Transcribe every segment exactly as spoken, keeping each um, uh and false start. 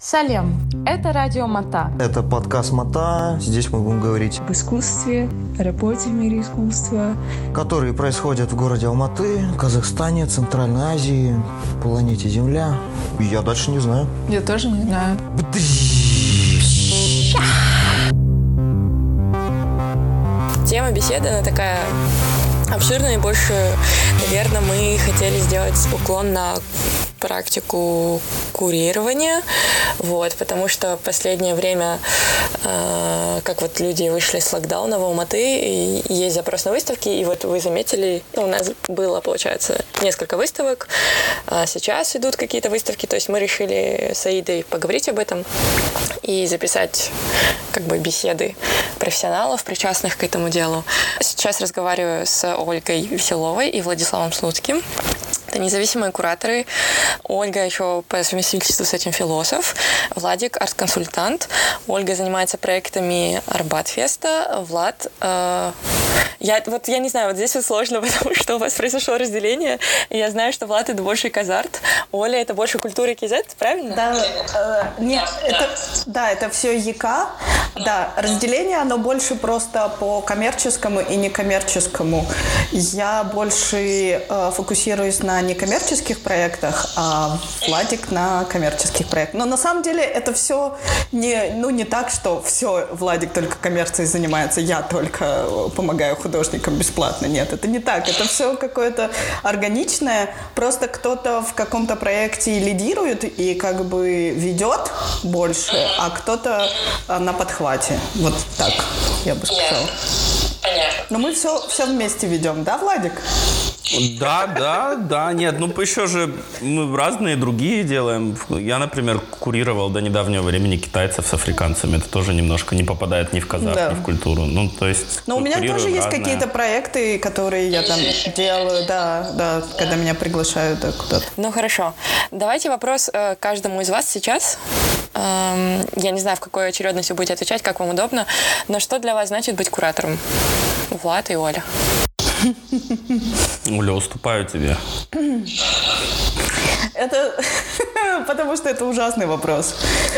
Салем, это радио Мата. Это подкаст Мата. Здесь мы будем говорить об искусстве, о работе в мире искусства, которые происходят в городе Алматы, Казахстане, Центральной Азии, планете Земля. Я дальше не знаю. Я тоже не знаю. Тема беседы, она такая обширная, и больше, наверное, мы хотели сделать уклон на практику курирования, вот, потому что в последнее время, э, как вот люди вышли с локдауна в Алматы, и есть запрос на выставки, и вот вы заметили, ну, у нас было, получается, несколько выставок, а сейчас идут какие-то выставки, то есть мы решили с Аидой поговорить об этом и записать, как бы, беседы профессионалов, причастных к этому делу. Сейчас разговариваю с Ольгой Веселовой и Владиславом Слуцким. Это независимые кураторы. Ольга еще по совместительству с этим философ. Владик – арт-консультант. Ольга занимается проектами Арбатфеста. Влад… Э, я, вот, я не знаю, вот здесь вот сложно, потому что у вас произошло разделение. И я знаю, что Влад – это больше казарт. Оля – это больше культура кизет, правильно? Да, э, нет, это, да, это все ЯК. Да, разделение, оно больше просто по коммерческому и некоммерческому. Я больше э, фокусируюсь на некоммерческих проектах, а Владик на коммерческих проектах. Но на самом деле это все не, ну, не так, что все, Владик только коммерцией занимается, я только помогаю художникам бесплатно. Нет, это не так. Это все какое-то органичное. Просто кто-то в каком-то проекте лидирует и как бы ведет больше, а кто-то на подхвате. Вот так, я бы сказала. Понятно. Но мы все, все вместе ведем, да, Владик? Да, да, да, нет, ну еще же мы разные другие делаем. Я, например, курировал до недавнего времени китайцев с африканцами. Это тоже немножко не попадает ни в казах, да. ни в культуру. Ну, то есть. Но у меня тоже есть разное. Какие-то проекты, которые я там делаю, да, да, когда меня приглашают да, куда-то. Ну хорошо. Давайте вопрос э, каждому из вас сейчас. Эм, я не знаю, в какой очередности вы будете отвечать, как вам удобно. Но что для вас значит быть куратором? Влад и Оля. Оля, уступаю тебе. Это потому что это ужасный вопрос.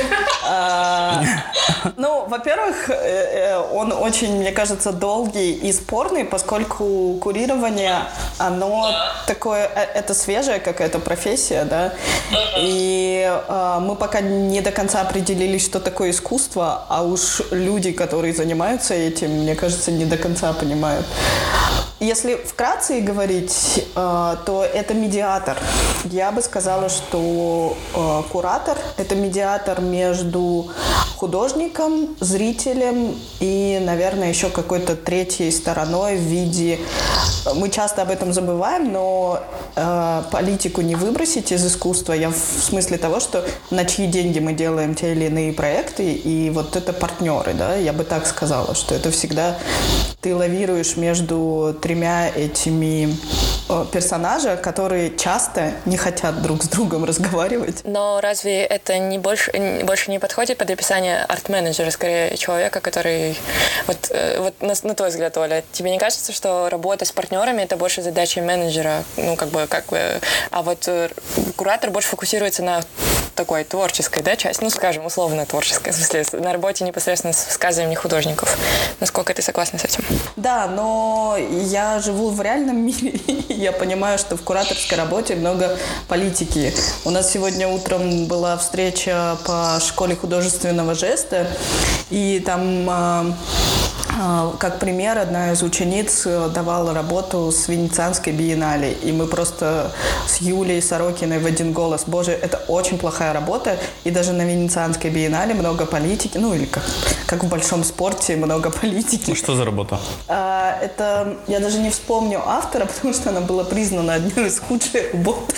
А, ну, во-первых, он очень, мне кажется, долгий и спорный, поскольку курирование, оно такое, это свежая какая-то профессия, да, и а, мы пока не до конца определились, что такое искусство, а уж люди, которые занимаются этим, мне кажется, не до конца понимают. Если вкратце говорить, то это медиатор. Я бы сказала, что куратор – это медиатор между художником, зрителем и, наверное, еще какой-то третьей стороной в виде… Мы часто об этом забываем, но политику не выбросить из искусства. Я в смысле того, что на чьи деньги мы делаем те или иные проекты, и вот это партнеры, да, я бы так сказала, что это всегда ты лавируешь между тремя этими персонажа, которые часто не хотят друг с другом разговаривать. Но разве это не больше, больше не подходит под описание арт-менеджера, скорее человека, который… Вот, вот на, на твой взгляд, Оля, тебе не кажется, что работа с партнерами – это больше задача менеджера? Ну, как бы, как бы… А вот куратор больше фокусируется на такой творческой, да, части, ну, скажем, условно творческой, в смысле, на работе непосредственно с высказыванием художников. Насколько ты согласна с этим? Да, но я живу в реальном мире, и я понимаю, что в кураторской работе много политики. У нас сегодня утром была встреча по школе художественного жеста, и там… Как пример, одна из учениц давала работу с Венецианской биеннале, и мы просто с Юлией Сорокиной в один голос: боже, это очень плохая работа, и даже на Венецианской биеннале много политики, ну или как, как в большом спорте много политики. Что за работа? Это, я даже не вспомню автора, потому что она была признана одной из худших работ.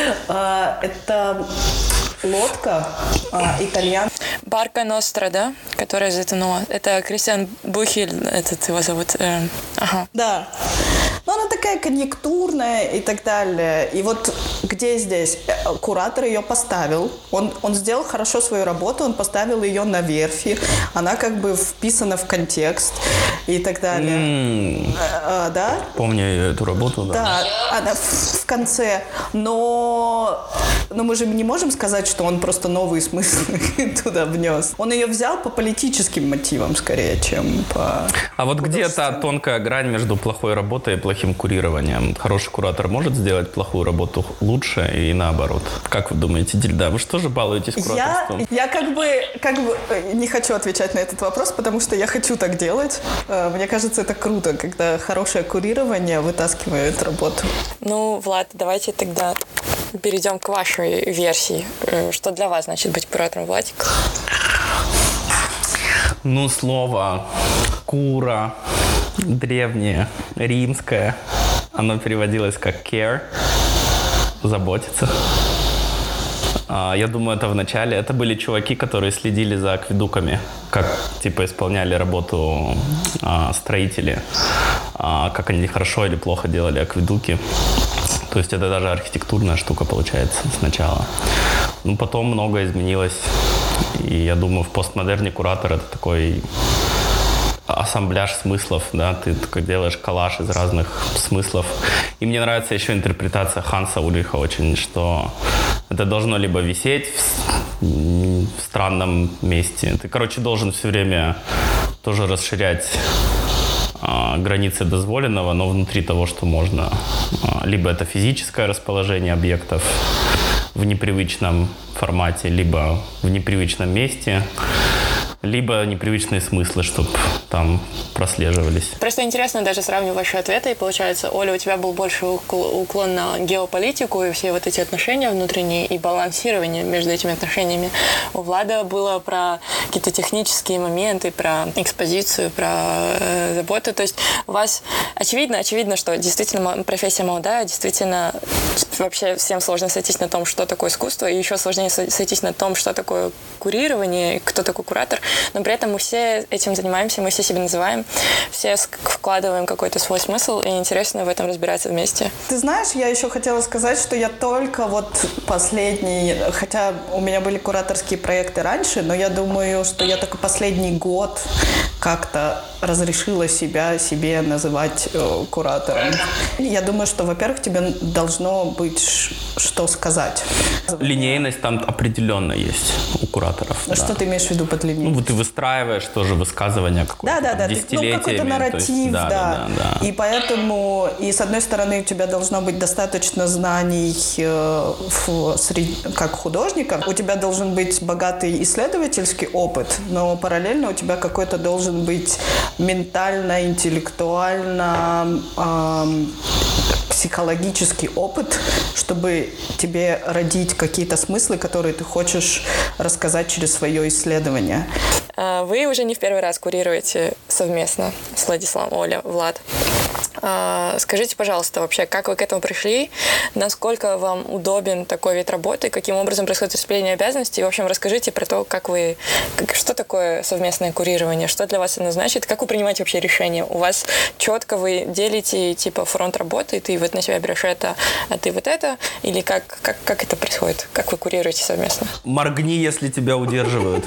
Это лодка итальян. Барка Ностра, да? Которая затонула. Это Кристиан Бухель, этот его зовут. Э, ага. Да. Но она такая конъюнктурная и так далее. И вот где здесь? Куратор ее поставил. Он, он сделал хорошо свою работу, он поставил ее на верфи. Она как бы вписана в контекст и так далее. Mm. А, да? Помню эту работу, да. Да, она в, в конце. Но, но мы же не можем сказать, что он просто новые смыслы туда внес. Он ее взял по политическим мотивам скорее, чем по... А вот где та тонкая грань между плохой работой и плохим курированием? Хороший куратор может сделать плохую работу лучше и наоборот? Как вы думаете, Дильда, вы что же балуетесь кураторством? Я, я как бы, как бы не хочу отвечать на этот вопрос, потому что я хочу так делать. Мне кажется, это круто, когда хорошее курирование вытаскивает работу. Ну, Влад, давайте тогда перейдем к вашей версии. Что для вас значит быть куратором, Владик? Ну, слово «кура» древнее, римское. Оно переводилось как care, заботиться. Я думаю, это в начале. Это были чуваки, которые следили за акведуками, как типа исполняли работу а, строители, а, как они хорошо или плохо делали акведуки. То есть это даже архитектурная штука получается сначала. Ну, потом многое изменилось. И я думаю, в постмодерне куратор — это такой ассамбляж смыслов, да, ты такой делаешь коллаж из разных смыслов. И мне нравится еще интерпретация Ханса Ульриха очень, что это должно либо висеть в, в странном месте. Ты, короче, должен все время тоже расширять а, границы дозволенного, но внутри того, что можно. А, либо это физическое расположение объектов в непривычном формате, либо в непривычном месте, либо непривычные смыслы, чтобы там прослеживались. Просто интересно даже сравнивать ваши ответы. И получается, Оля, у тебя был больше уклон на геополитику и все вот эти отношения внутренние и балансирование между этими отношениями. У Влада было про какие-то технические моменты, про экспозицию, про э, заботу. То есть у вас очевидно, очевидно, что действительно профессия молодая, действительно вообще всем сложно сойтись на том, что такое искусство, и еще сложнее сойтись на том, что такое курирование, кто такой куратор. Но при этом мы все этим занимаемся, мы все себя называем, все вкладываем какой-то свой смысл, и интересно в этом разбираться вместе. Ты знаешь, я еще хотела сказать, что я только вот последний, хотя у меня были кураторские проекты раньше, но я думаю, что я только последний год как-то разрешила себя себе называть э, куратором. Я думаю, что, во-первых, тебе должно быть что сказать. Линейность там определенно есть у кураторов. Что да. ты имеешь в виду под линейностью? Ну, ты выстраиваешь тоже высказывание какое-то. Да, да, да. Десятилетиями. Ну, какой-то нарратив, есть, да, да. Да, да, да. И поэтому, и с одной стороны, у тебя должно быть достаточно знаний э, в, среди, как художника, у тебя должен быть богатый исследовательский опыт, но параллельно у тебя какой-то должен быть ментально, интеллектуально, э, психологический опыт, чтобы тебе родить какие-то смыслы, которые ты хочешь рассказать через свое исследование. Вы уже не в первый раз курируете совместно с Владиславом, Оля, Влад. Скажите, пожалуйста, вообще, как вы к этому пришли? Насколько вам удобен такой вид работы? Каким образом происходит распределение обязанностей? И, в общем, расскажите про то, как вы... Как, что такое совместное курирование? Что для вас это значит? Как вы принимаете вообще решения? У вас четко вы делите, типа, фронт работы, ты вот на себя берешь это, а ты вот это? Или как, как, как это происходит? Как вы курируете совместно? Моргни, если тебя удерживают.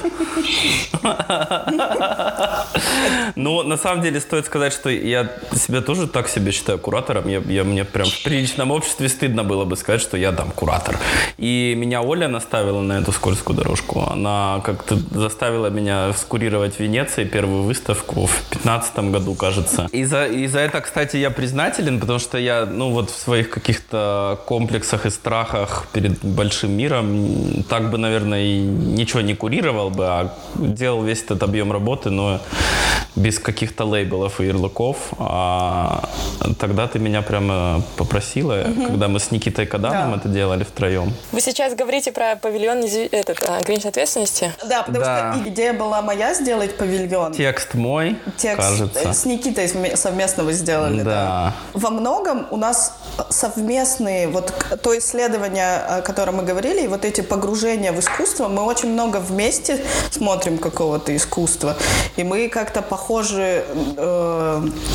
Ну, на самом деле, стоит сказать, что я себя тоже так себе считаю куратором. Я, я, мне прям в приличном обществе стыдно было бы сказать, что я там куратор. И меня Оля наставила на эту скользкую дорожку. Она как-то заставила меня скурировать в Венеции первую выставку в пятнадцатом году, кажется. И за, и за это, кстати, я признателен, потому что я, ну, вот в своих каких-то комплексах и страхах перед большим миром так бы, наверное, и ничего не курировал бы, а делал весь этот объем работы, но без каких-то лейблов и ярлыков. А тогда ты меня прямо попросила, угу. когда мы с Никитой Каданом да. это делали втроем. Вы сейчас говорите про павильон этот, ограниченной ответственности? Да, потому да. что идея была моя сделать павильон. Текст мой, Текст кажется. С Никитой совместно вы сделали. Да. да. Во многом у нас совместные, вот то исследование, о котором мы говорили, и вот эти погружения в искусство, мы очень много вместе смотрим какого-то искусства, и мы как-то похожи э,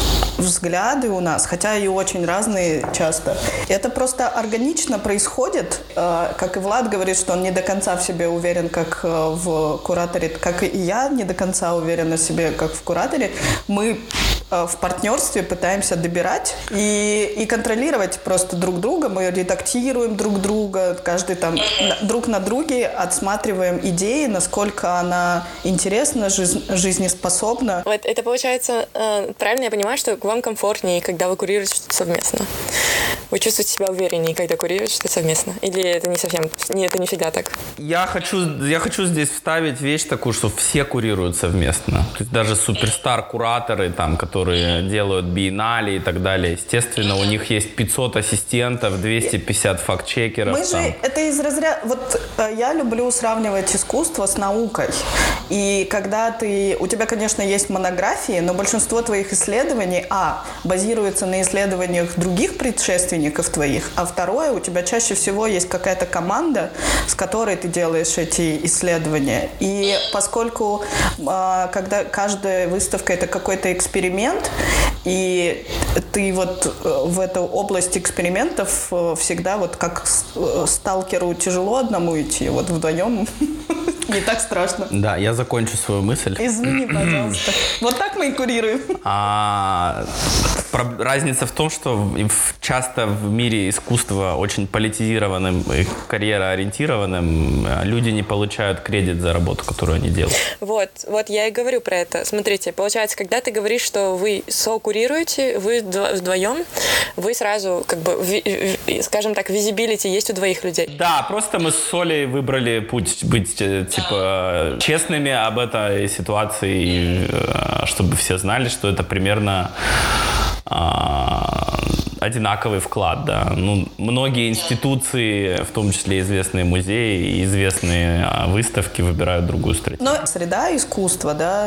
взгляды у нас, хотя и очень разные часто. Это просто органично происходит, как и Влад говорит, что он не до конца в себе уверен, как в кураторе, как и я не до конца уверена в себе, как в кураторе. Мы в партнерстве пытаемся добирать и, и контролировать просто друг друга. Мы редактируем друг друга, каждый там друг на друге отсматриваем идеи, насколько она интересна, жизнь, жизнеспособна. Вот это получается, правильно я понимаю, что вам комфортнее, когда вы курируете что-то совместно? Вы чувствуете себя увереннее, когда курируете что-то совместно? Или это не совсем, не, это не всегда так? Я хочу, я хочу здесь вставить вещь такую, что все курируют совместно. То есть даже суперстар-кураторы, там, которые делают биеннале и так далее, естественно, у них есть пятьсот ассистентов, двести пятьдесят факт-чекеров. Мы там. же, это из разряда... Вот я люблю сравнивать искусство с наукой. И когда ты... У тебя, конечно, есть монографии, но большинство твоих исследований, а, базируется на исследованиях других предшественников твоих, а второе, у тебя чаще всего есть какая-то команда, с которой ты делаешь эти исследования. И поскольку а, когда каждая выставка — это какой-то эксперимент, и ты вот в эту область экспериментов всегда вот как сталкеру тяжело одному идти, вот вдвоем не так страшно. Да, я закончу свою мысль. Извини, пожалуйста. Вот так мы и курируем. А, про, разница в том, что в, часто в мире искусства очень политизированным и карьероориентированным люди не получают кредит за работу, которую они делают. Вот, вот я и говорю про это. Смотрите, получается, когда ты говоришь, что вы сокурируете, вы вдвоем, вы сразу, как бы, скажем так, визибилити есть у двоих людей. Да, просто мы с Солей выбрали путь быть типа честными об этой ситуации, чтобы все знали, что это примерно а, одинаковый вклад, да. Ну, многие институции, в том числе известные музеи и известные а, выставки, выбирают другую стратегию. Но среда искусства, да,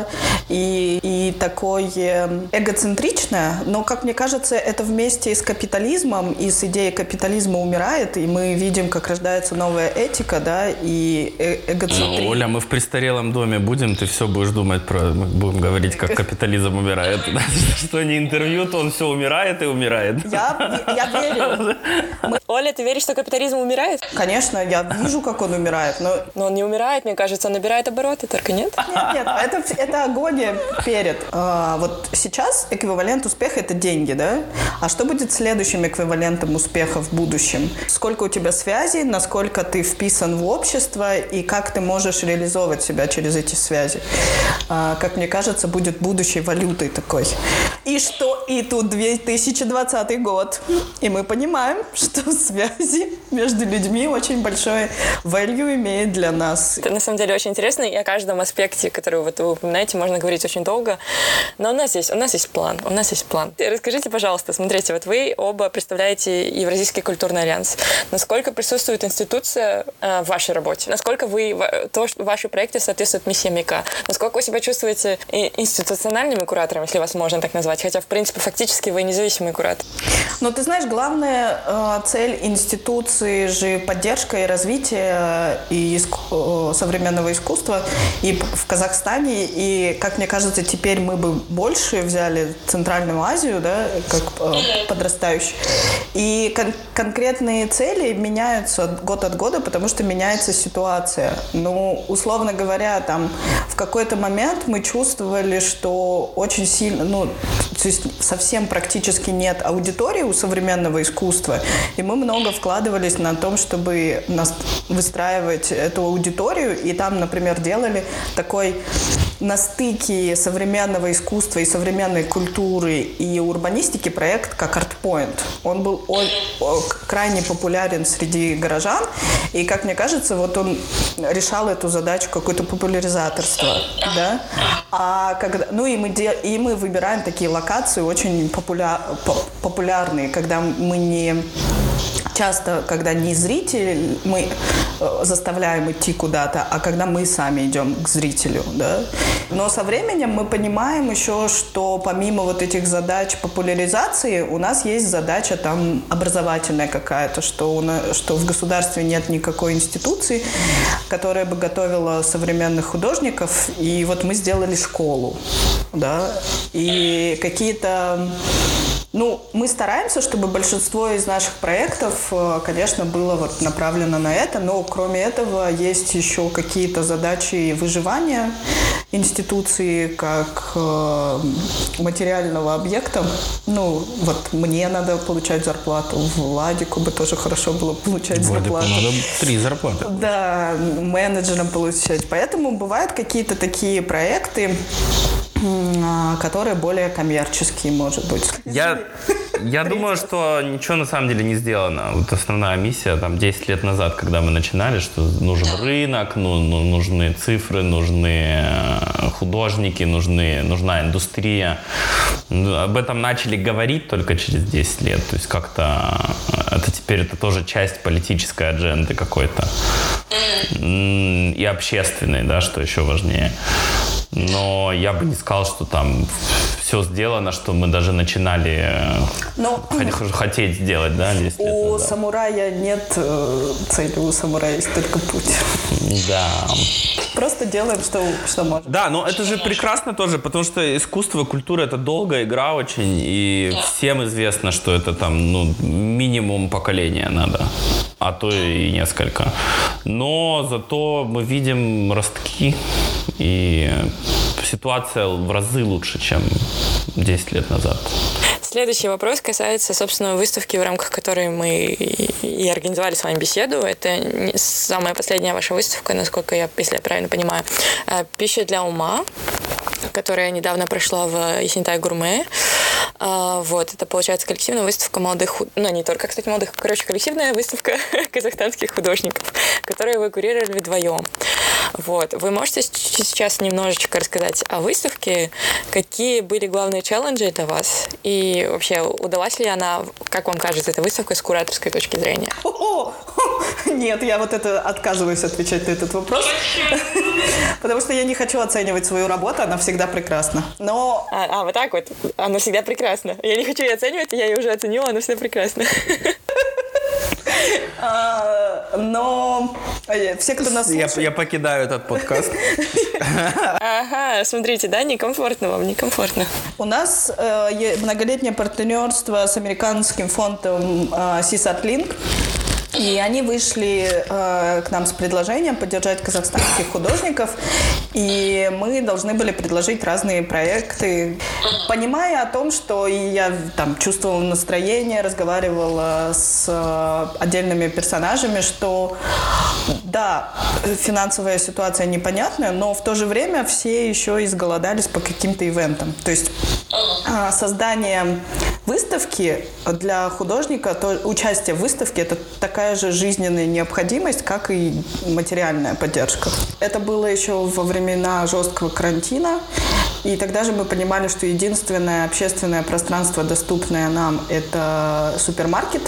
и, и такое эгоцентричное, но, как мне кажется, это вместе с капитализмом и с идеей капитализма умирает, и мы видим, как рождается новая этика, да, и э- эгоцентризм. Ну, Оля, мы в престарелом доме будем, ты все будешь думать про... Мы будем говорить, как капитализм умирает. Что не интервью, то он все умирает и умирает. Я, я верю. Мы... Оля, ты веришь, что капитализм умирает? Конечно, я вижу, как он умирает, но... Но он не умирает, мне кажется, он набирает обороты, только нет? Нет, нет, это, это агония перед. А, вот сейчас эквивалент успеха – это деньги, да? А что будет следующим эквивалентом успеха в будущем? Сколько у тебя связей, насколько ты вписан в общество и как ты можешь реализовывать себя через эти связи? А, как мне кажется, будет будущей валютой такой. И что? И тут две тысячи двадцатый год. И мы понимаем, что связи между людьми очень большое value имеет для нас. Это на самом деле очень интересно, и о каждом аспекте, который вот вы упоминаете, можно говорить очень долго. Но у нас есть, у нас есть план, у нас есть план. Расскажите, пожалуйста, смотрите, вот вы оба представляете Евразийский культурный альянс. Насколько присутствует институция э, в вашей работе? Насколько вы, то, что ваши проекты соответствуют миссии МИКа? Насколько вы себя чувствуете институциональными кураторами, если вас можно так назвать? Хотя, в принципе, фактически вы независимый куратор. Но ты знаешь, главная э, цель институции же поддержка и развитие и иску- современного искусства и в Казахстане. И, как мне кажется, теперь мы бы больше взяли Центральную Азию, да, как э, подрастающий. И кон- конкретные цели меняются год от года, потому что меняется ситуация. Ну, условно говоря, там в какой-то момент мы чувствовали, что очень сильно, ну, то есть совсем практически нет аудитории у современного искусства, и мы много вкладывались на том, чтобы нас выстраивать эту аудиторию, и там, например, делали такой на стыке современного искусства и современной культуры и урбанистики проект как ArtPoint. Он был о- о- крайне популярен среди горожан, и, как мне кажется, вот он решал эту задачу какое-то популяризаторство, да. А когда, ну и мы де- и мы выбираем такие локации очень популя- по- популярные, когда мы не часто, когда не зритель, мы заставляем идти куда-то, а когда мы сами идем к зрителю, да. Но со временем мы понимаем еще, что помимо вот этих задач популяризации, у нас есть задача там образовательная какая-то, что, у нас, что в государстве нет никакой институции, которая бы готовила современных художников, и вот мы сделали школу, да, и какие-то... Ну, мы стараемся, чтобы большинство из наших проектов, конечно, было вот направлено на это, но кроме этого есть еще какие-то задачи выживания институции как э, материального объекта. Ну, вот мне надо получать зарплату, Владику бы тоже хорошо было получать Владику зарплату. надо три зарплаты. Да, менеджерам получать. Поэтому бывают какие-то такие проекты, которые более коммерческие, может быть. Я, я думаю, что ничего на самом деле не сделано. Вот основная миссия там десять лет назад, когда мы начинали, что нужен рынок, ну, ну, нужны цифры, нужны художники, нужны, нужна индустрия. Об этом начали говорить только через десять лет. То есть как-то это теперь это тоже часть политической адженды какой-то. И общественной, да, что еще важнее. Но я бы не сказал, что там все сделано, что мы даже начинали Но, хотеть сделать, да, десять лет У назад. самурая нет э, цели, у самурая есть только путь. Да. Просто делаем, что, что можем. Да, но это же прекрасно тоже, потому что искусство, культура — это долгая игра очень, и всем известно, что это там, ну, минимум поколения надо, а то и несколько. Но зато мы видим ростки, и ситуация в разы лучше, чем десять лет назад. Следующий вопрос касается, собственно, выставки, в рамках которой мы и организовали с вами беседу. Это самая последняя ваша выставка, насколько я, если я правильно понимаю, «Пища для ума», которая недавно прошла в Есентай Гурме. Вот, это, получается, коллективная выставка молодых, ну, не только, кстати, молодых, короче, коллективная выставка казахстанских художников, которые вы курировали вдвоем. Вот, вы можете сейчас немножечко рассказать о выставке, какие были главные челленджи для вас, и вообще, удалась ли она, как вам кажется, эта выставка с кураторской точки зрения? О, нет, я вот это отказываюсь отвечать на этот вопрос, потому что я не хочу оценивать свою работу, она всегда прекрасна. Но... А, а, вот так вот, она всегда прекрасна. Я не хочу ее оценивать, я ее уже оценила, она всегда прекрасна. А, но все, кто нас слушает... Я, я покидаю этот подкаст. Ага, смотрите, да, некомфортно вам, некомфортно. У нас э, многолетнее партнерство с американским фондом э, Сисартлинк. И они вышли э, к нам с предложением поддержать казахстанских художников. И мы должны были предложить разные проекты, понимая о том, что и я там чувствовала настроение, разговаривала с э, отдельными персонажами, что да, финансовая ситуация непонятная, но в то же время все еще изголодались по каким-то ивентам. То есть э, создание выставки для художника, то участие в выставке — это такая же жизненная необходимость, как и материальная поддержка. Это было еще во времена жесткого карантина, и тогда же мы понимали, что единственное общественное пространство, доступное нам, это супермаркет.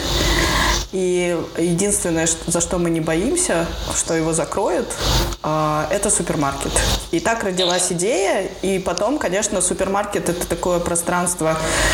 И единственное, за что мы не боимся, что его закроют, это супермаркет. И так родилась идея. И потом, конечно, супермаркет — это такое пространство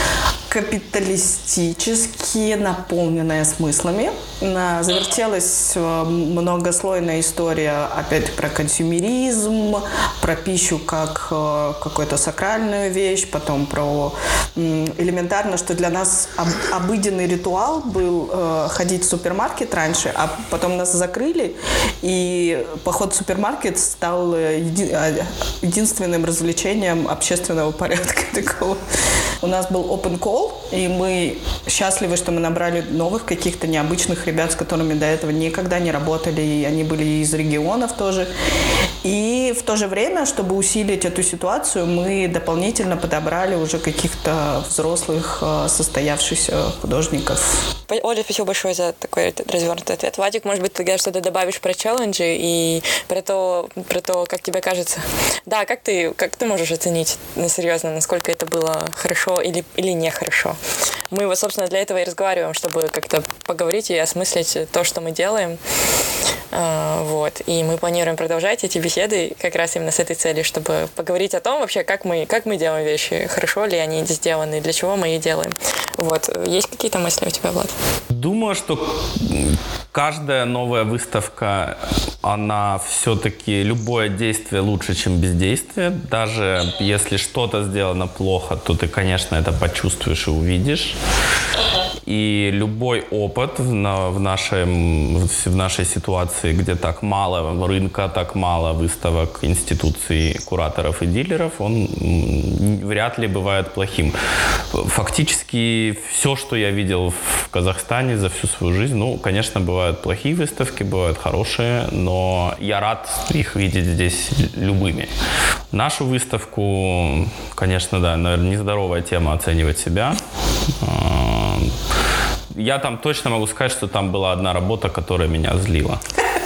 капиталистически наполненное смыслами. Завертелась многослойная история опять про консюмеризм, про пищу как какую-то сакральную вещь, потом про элементарно, что для нас обыденный ритуал был ходить в супермаркет раньше, а потом нас закрыли, и поход в супермаркет стал еди- единственным развлечением общественного порядка такого. У нас был open call, и мы счастливы, что мы набрали новых каких-то необычных ребят, с которыми до этого никогда не работали, и они были из регионов тоже. И в то же время, чтобы усилить эту ситуацию, мы дополнительно подобрали уже каких-то взрослых, состоявшихся художников. Оля, спасибо большое за такой развернутый ответ. Вадик, может быть, ты что-то добавишь про челленджи и про то, про то, как тебе кажется. Да, как ты, как ты можешь оценить, ну, серьезно, насколько это было хорошо хорошо или, или нехорошо. Мы вот, собственно, для этого и разговариваем, чтобы как-то поговорить и осмыслить то, что мы делаем. Вот. И мы планируем продолжать эти беседы как раз именно с этой целью, чтобы поговорить о том вообще, как мы, как мы делаем вещи, хорошо ли они сделаны, для чего мы их делаем. Вот. Есть какие-то мысли у тебя, Влад? Думаю, что каждая новая выставка, она все-таки, любое действие лучше, чем бездействие. Даже если что-то сделано плохо, то ты, конечно, это почувствуешь и увидишь. И любой опыт в, на, в, нашем, в нашей ситуации, где так мало рынка, так мало выставок, институций, кураторов и дилеров, он вряд ли бывает плохим. Фактически все, что я видел в Казахстане за всю свою жизнь, ну, конечно, бывают плохие выставки, бывают хорошие, но я рад их видеть здесь любыми. Нашу выставку, конечно, да, наверное, нездоровая тема оценивать себя. Я там точно могу сказать, что там была одна работа, которая меня злила.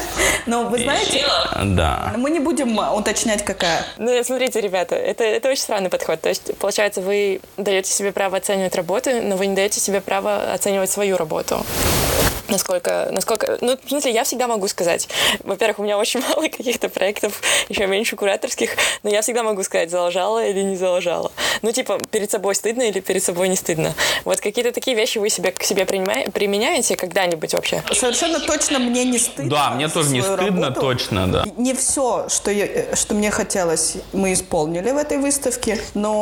Но вы знаете, да. Мы не будем уточнять, какая. Ну, смотрите, ребята, это, это очень странный подход. То есть, получается, вы даете себе право оценивать работы, но вы не даете себе право оценивать свою работу. Насколько, насколько, ну, в смысле, я всегда могу сказать, во-первых, у меня очень мало каких-то проектов, еще меньше кураторских, но я всегда могу сказать, залажала или не залажала. Ну, типа, перед собой стыдно или перед собой не стыдно. Вот какие-то такие вещи вы себе, к себе применяете когда-нибудь вообще? Совершенно точно мне не стыдно. Да, мне тоже не стыдно, работу. Точно, да. Не все, что, я, что мне хотелось, мы исполнили в этой выставке,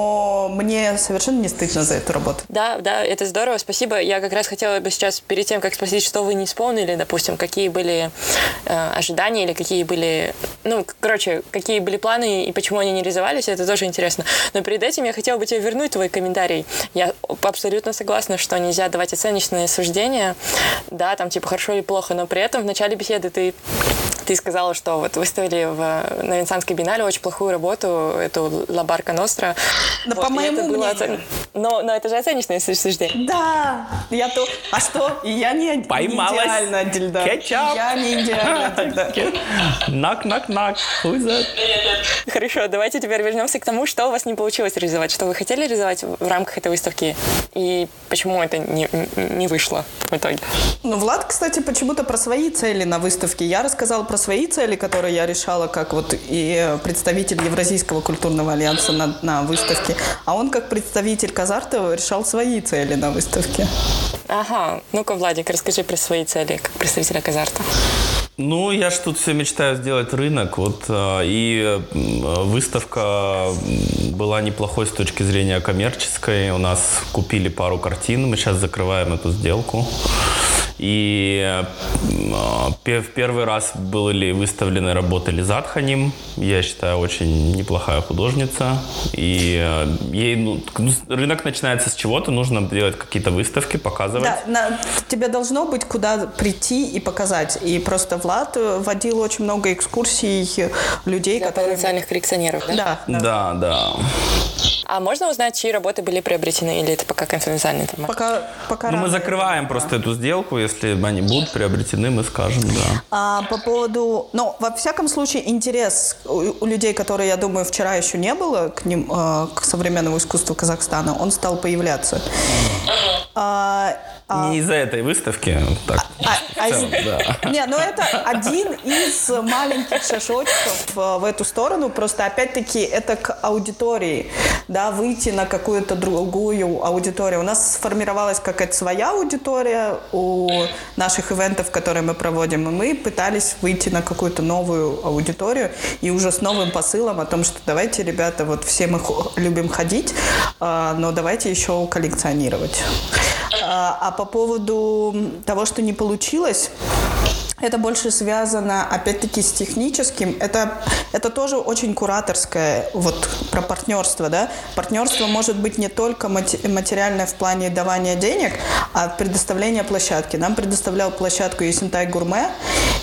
но мне совершенно не стыдно за эту работу. Да, да, это здорово, спасибо. Я как раз хотела бы сейчас, перед тем, как спросить, что вы не исполнили, допустим, какие были э, ожидания или какие были, ну, короче, какие были планы и почему они не реализовались, это тоже интересно. Но перед этим я хотела бы тебе вернуть твой комментарий. Я абсолютно согласна, что нельзя давать оценочные суждения, да, там, типа, хорошо или плохо, но при этом в начале беседы ты Ты сказала, что вот выставили в, на Венецианской биеннале очень плохую работу, эту «Ла Барка Ностра». Да, вот, по моему это было мнению. оцен... но, но это же оценочное суждение. Да, я то... А что? И я не, не идеальна, Дильда. Кетчуп. Я не идеальна, Дильда. Knock-knock-knock. Who's that? Хорошо, давайте теперь вернемся к тому, что у вас не получилось реализовать, что вы хотели реализовать в рамках этой выставки, и почему это не, не вышло в итоге. Ну, Влад, кстати, почему-то про свои цели на выставке. Я рассказала про свои цели, которые я решала как вот и представитель Евразийского культурного альянса на, на выставке, а он как представитель Казарта решал свои цели на выставке. Ага, ну-ка, Владик, расскажи про свои цели как представителя Казарта. Ну, я ж тут все мечтаю сделать рынок, вот, и выставка была неплохой с точки зрения коммерческой. У нас купили пару картин, мы сейчас закрываем эту сделку. И в первый раз были выставлены работы Лизат Ханим. Я считаю, очень неплохая художница. И ей, ну, рынок начинается с чего-то, нужно делать какие-то выставки, показывать. Да, на, тебе должно быть куда прийти и показать. И просто Влад водил очень много экскурсий людей, для которые... потенциальных коллекционеров, да? Да, да. Да, да. А можно узнать, чьи работы были приобретены, или это пока конфиденциальная информация? Пока, пока Ну, мы рано. закрываем Да. просто эту сделку, если они будут приобретены, мы скажем, да. А по поводу... Ну, во всяком случае, интерес у, у людей, которые, я думаю, вчера еще не было к ним, э, к современному искусству Казахстана, он стал появляться. А, а, Не из-за этой выставки, так, а, а в целом, из- да. Не, ну это один из маленьких шажочков в, в эту сторону. Просто, опять-таки, это к аудитории, да, выйти на какую-то другую аудиторию. У нас сформировалась какая-то своя аудитория у наших ивентов, которые мы проводим, и мы пытались выйти на какую-то новую аудиторию и уже с новым посылом о том, что давайте, ребята, вот все мы хо- любим ходить, а, но давайте еще коллекционировать. А, а по поводу того, что не получилось, это больше связано, опять-таки, с техническим. Это, это тоже очень кураторское, вот, про партнерство, да. Партнерство может быть не только мати- материальное в плане давания денег, а предоставления площадки. Нам предоставлял площадку Ессентай Гурме,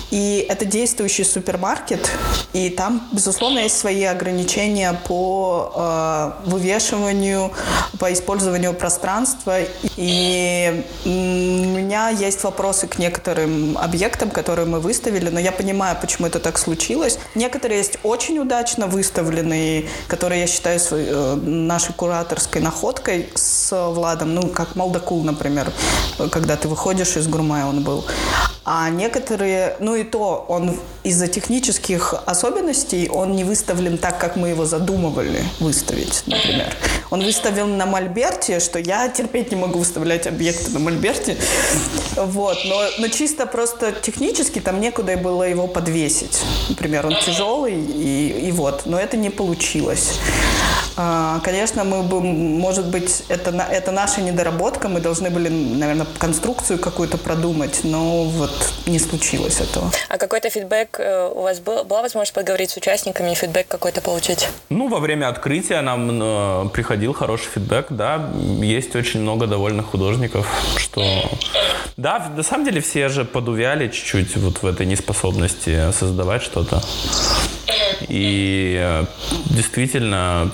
И это действующий супермаркет, и там, безусловно, есть свои ограничения по э, вывешиванию, по использованию пространства. И у меня есть вопросы к некоторым объектам, которые мы выставили, но я понимаю, почему это так случилось. Некоторые есть очень удачно выставленные, которые я считаю своей, э, нашей кураторской находкой с Владом, ну, как Молдокул, например, когда ты выходишь из Гурмая, он был. А некоторые, ну и то, он из-за технических особенностей, он не выставлен так, как мы его задумывали выставить, например. Он выставлен на мольберте, что я терпеть не могу выставлять объекты на мольберте. Вот. Но, но чисто просто технически там некуда было его подвесить. Например, он тяжелый, и, и вот. Но это не получилось. Конечно, мы бы, может быть, это, это наша недоработка, мы должны были, наверное, конструкцию какую-то продумать, но вот не случилось этого. А какой-то фидбэк у вас был? Была возможность поговорить с участниками и фидбэк какой-то получить? Ну, во время открытия нам э, приходил хороший фидбэк, да, есть очень много довольных художников, что... Да, на самом деле все же подувяли чуть-чуть вот в этой неспособности создавать что-то. И э, действительно...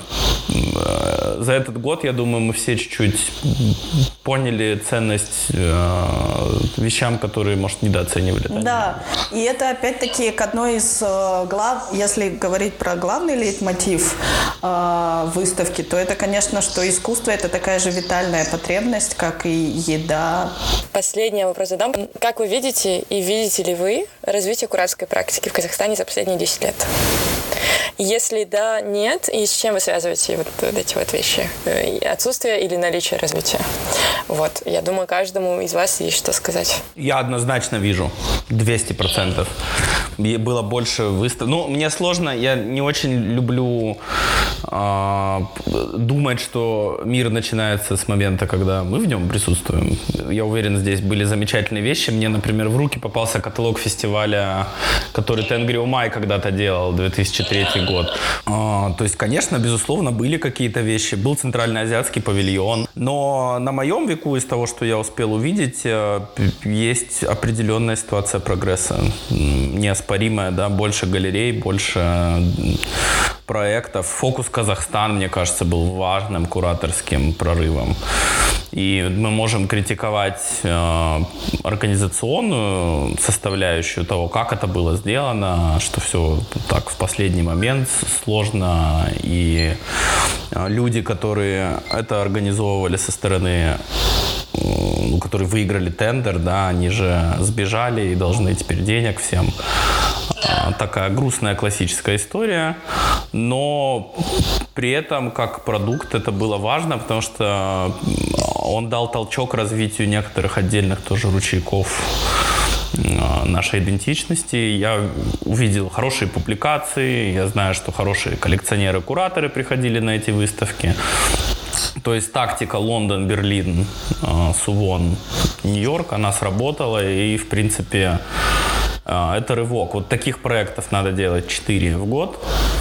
За этот год, я думаю, мы все чуть-чуть поняли ценность э, вещам, которые, может, недооценивали. Да, да. И это, опять-таки, к одной из э, глав, если говорить про главный лейтмотив э, выставки, то это, конечно, что искусство – это такая же витальная потребность, как и еда. Последний вопрос задам. Как вы видите и видите ли вы развитие кураторской практики в Казахстане за последние десять лет? Если да, нет, и с чем вы связываете вот эти вот вещи? Отсутствие или наличие развития? Вот, я думаю, каждому из вас есть что сказать. Я однозначно вижу, двести процентов. Было больше выставок. Ну, мне сложно, я не очень люблю э, думать, что мир начинается с момента, когда мы в нем присутствуем. Я уверен, здесь были замечательные вещи. Мне, например, в руки попался каталог фестиваля, который Тенгри Умай когда-то делал, две тысячи третий год. А, то есть, конечно, безусловно, были какие-то вещи. Был Центральноазиатский павильон. Но на моем веку, из того, что я успел увидеть, есть определенная ситуация прогресса. Неоспоримая, да, больше галерей, больше проектов. Фокус Казахстан, мне кажется, был важным кураторским прорывом. И мы можем критиковать э, организационную составляющую того, как это было сделано, что все так в последний момент сложно. И э, люди, которые это организовывали со стороны, э, которые выиграли тендер, да, они же сбежали и должны теперь денег всем. Такая грустная классическая история, но при этом как продукт это было важно, потому что он дал толчок развитию некоторых отдельных тоже ручейков нашей идентичности. Я увидел хорошие публикации, я знаю, что хорошие коллекционеры-кураторы приходили на эти выставки. То есть тактика Лондон, Берлин, Сувон, Нью-Йорк, она сработала, и в принципе это рывок. Вот таких проектов надо делать четыре в год,